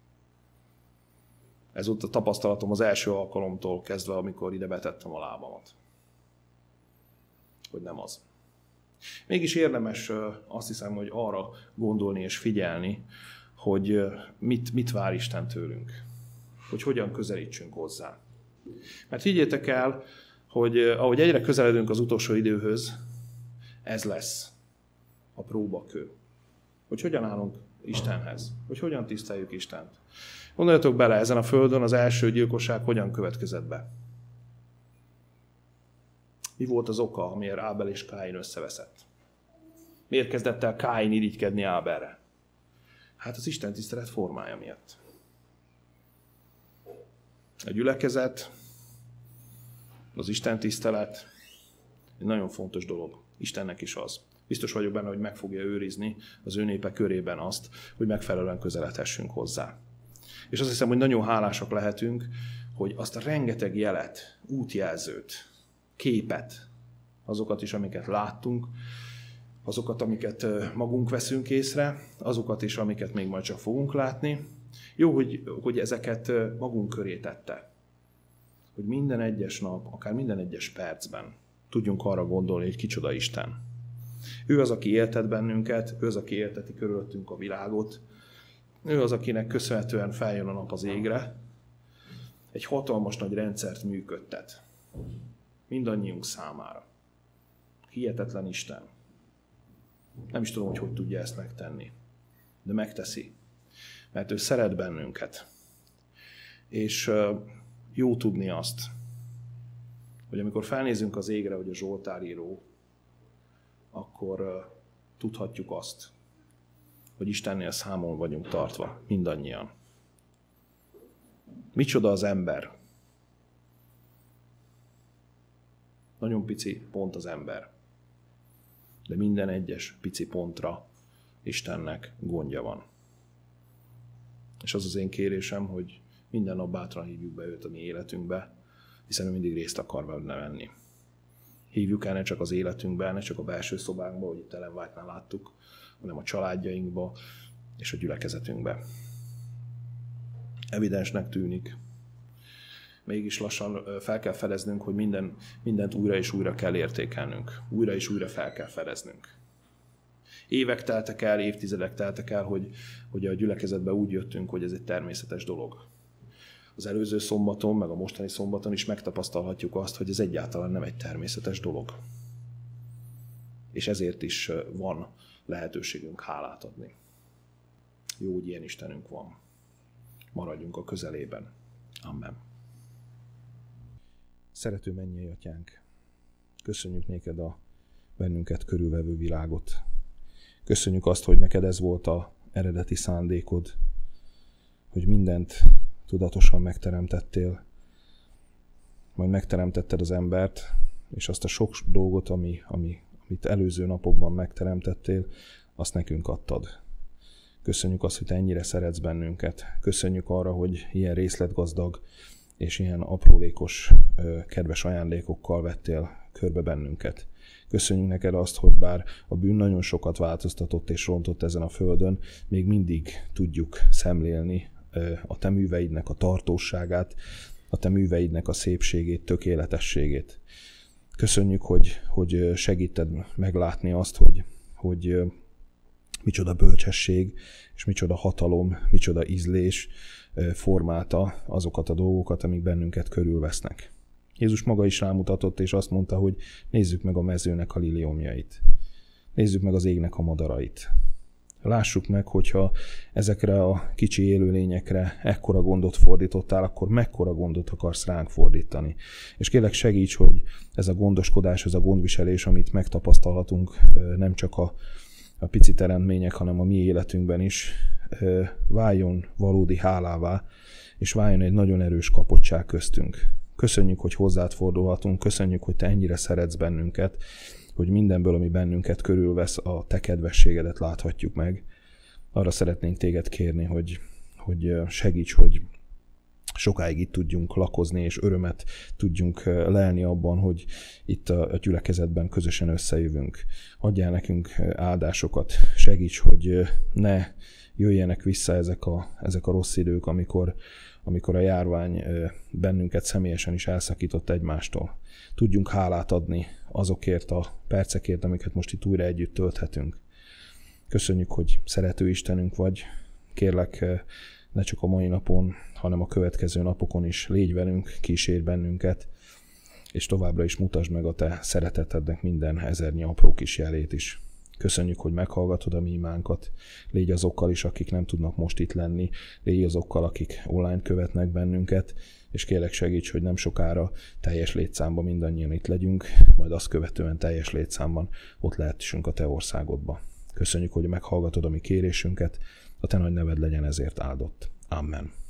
Ez volt a tapasztalatom az első alkalomtól kezdve, amikor ide betettem a lábamat. Hogy nem az. Mégis érdemes azt hiszem, hogy arra gondolni és figyelni, hogy mit, mit vár Isten tőlünk. Hogy hogyan közelítsünk hozzá. Mert higgyétek el, hogy ahogy egyre közeledünk az utolsó időhöz, ez lesz a próbakő. Hogy hogyan állunk Istenhez. Hogy hogyan tiszteljük Istent. Gondoljatok bele, ezen a földön az első gyilkosság hogyan következett be. Mi volt az oka, amiért Ábel és Káin összeveszett? Miért kezdett el Káin irigykedni Ábelre? Hát az Isten tisztelet formája miatt. A gyülekezet, az Isten tisztelet egy nagyon fontos dolog. Istennek is az. Biztos vagyok benne, hogy meg fogja őrizni az ő népe körében azt, hogy megfelelően közeledhessünk hozzá. És azt hiszem, hogy nagyon hálásak lehetünk, hogy azt a rengeteg jelet, útjelzőt, képet, azokat is, amiket láttunk, azokat, amiket magunk veszünk észre, azokat is, amiket még majd csak fogunk látni. Jó, hogy, hogy ezeket magunk köré tette. Hogy minden egyes nap, akár minden egyes percben tudjunk arra gondolni, hogy kicsoda Isten. Ő az, aki éltet bennünket, ő az, aki élteti körülöttünk a világot, ő az, akinek köszönhetően feljön a nap az égre, egy hatalmas nagy rendszert működtet. Mindannyiunk számára. Hihetetlen Isten. Nem is tudom, hogy hogy tudja ezt megtenni, de megteszi. Mert ő szeret bennünket. És jó tudni azt, hogy amikor felnézünk az égre, hogy a Zsoltár író, akkor tudhatjuk azt, hogy Istennél számon vagyunk tartva, mindannyian. Micsoda az ember? Nagyon pici pont az ember. De minden egyes pici pontra Istennek gondja van. És az az én kérésem, hogy minden nap bátran hívjuk be őt a mi életünkbe, hiszen ő mindig részt akar benne venni. Hívjuk el ne csak az életünkbe, ne csak a belső szobánkba, hogy itt Ellen White-nál láttuk, hanem a családjainkba és a gyülekezetünkbe. Evidensnek tűnik. Mégis lassan fel kell fedeznünk, hogy minden, mindent újra és újra kell értékelnünk. Újra és újra fel kell fedeznünk. Évek teltek el, évtizedek teltek el, hogy, hogy a gyülekezetbe úgy jöttünk, hogy ez egy természetes dolog. Az előző szombaton, meg a mostani szombaton is megtapasztalhatjuk azt, hogy ez egyáltalán nem egy természetes dolog. És ezért is van lehetőségünk hálát adni. Jó, hogy ilyen Istenünk van. Maradjunk a közelében. Amen. Szerető mennyei Atyánk, köszönjük néked a bennünket körülvevő világot. Köszönjük azt, hogy neked ez volt az eredeti szándékod, hogy mindent tudatosan megteremtettél, majd megteremtetted az embert, és azt a sok dolgot, ami, ami, amit előző napokban megteremtettél, azt nekünk adtad. Köszönjük azt, hogy te ennyire szeretsz bennünket. Köszönjük arra, hogy ilyen részletgazdag és ilyen aprólékos, kedves ajándékokkal vettél körbe bennünket. Köszönjük neked azt, hogy bár a bűn nagyon sokat változtatott és rontott ezen a földön, még mindig tudjuk szemlélni a te műveidnek a tartóságát, a te műveidnek a szépségét, tökéletességét. Köszönjük, hogy, hogy segíted meglátni azt, hogy, hogy micsoda bölcsesség, és micsoda hatalom, micsoda ízlés formálta azokat a dolgokat, amik bennünket körülvesznek. Jézus maga is rámutatott, és azt mondta, hogy nézzük meg a mezőnek a liliomjait. Nézzük meg az égnek a madarait. Lássuk meg, hogyha ezekre a kicsi élőlényekre ekkora gondot fordítottál, akkor mekkora gondot akarsz ránk fordítani. És kérlek segíts, hogy ez a gondoskodás, ez a gondviselés, amit megtapasztalhatunk nem csak a, a pici teremtmények, hanem a mi életünkben is, váljon valódi hálává, és váljon egy nagyon erős kapottság köztünk. Köszönjük, hogy hozzád fordulhatunk, köszönjük, hogy te ennyire szeretsz bennünket, hogy mindenből, ami bennünket körülvesz, a te kedvességedet láthatjuk meg. Arra szeretnénk téged kérni, hogy, hogy segíts, hogy sokáig itt tudjunk lakozni, és örömet tudjunk lelni abban, hogy itt a gyülekezetben közösen összejövünk. Adjál nekünk áldásokat, segíts, hogy ne jöjjenek vissza ezek a, ezek a rossz idők, amikor, amikor a járvány bennünket személyesen is elszakított egymástól. Tudjunk hálát adni azokért a percekért, amiket most itt újra együtt tölthetünk. Köszönjük, hogy szerető Istenünk vagy. Kérlek, ne csak a mai napon, hanem a következő napokon is légy velünk, kísérj bennünket, és továbbra is mutasd meg a te szeretetednek minden ezernyi apró kis jelét is. Köszönjük, hogy meghallgatod a mi imánkat. Légy azokkal is, akik nem tudnak most itt lenni. Légy azokkal, akik online követnek bennünket, és kérlek segíts, hogy nem sokára teljes létszámban mindannyian itt legyünk, majd azt követően teljes létszámban ott lehetünk a te országodba. Köszönjük, hogy meghallgatod a mi kérésünket, a te nagy neved legyen ezért áldott. Amen.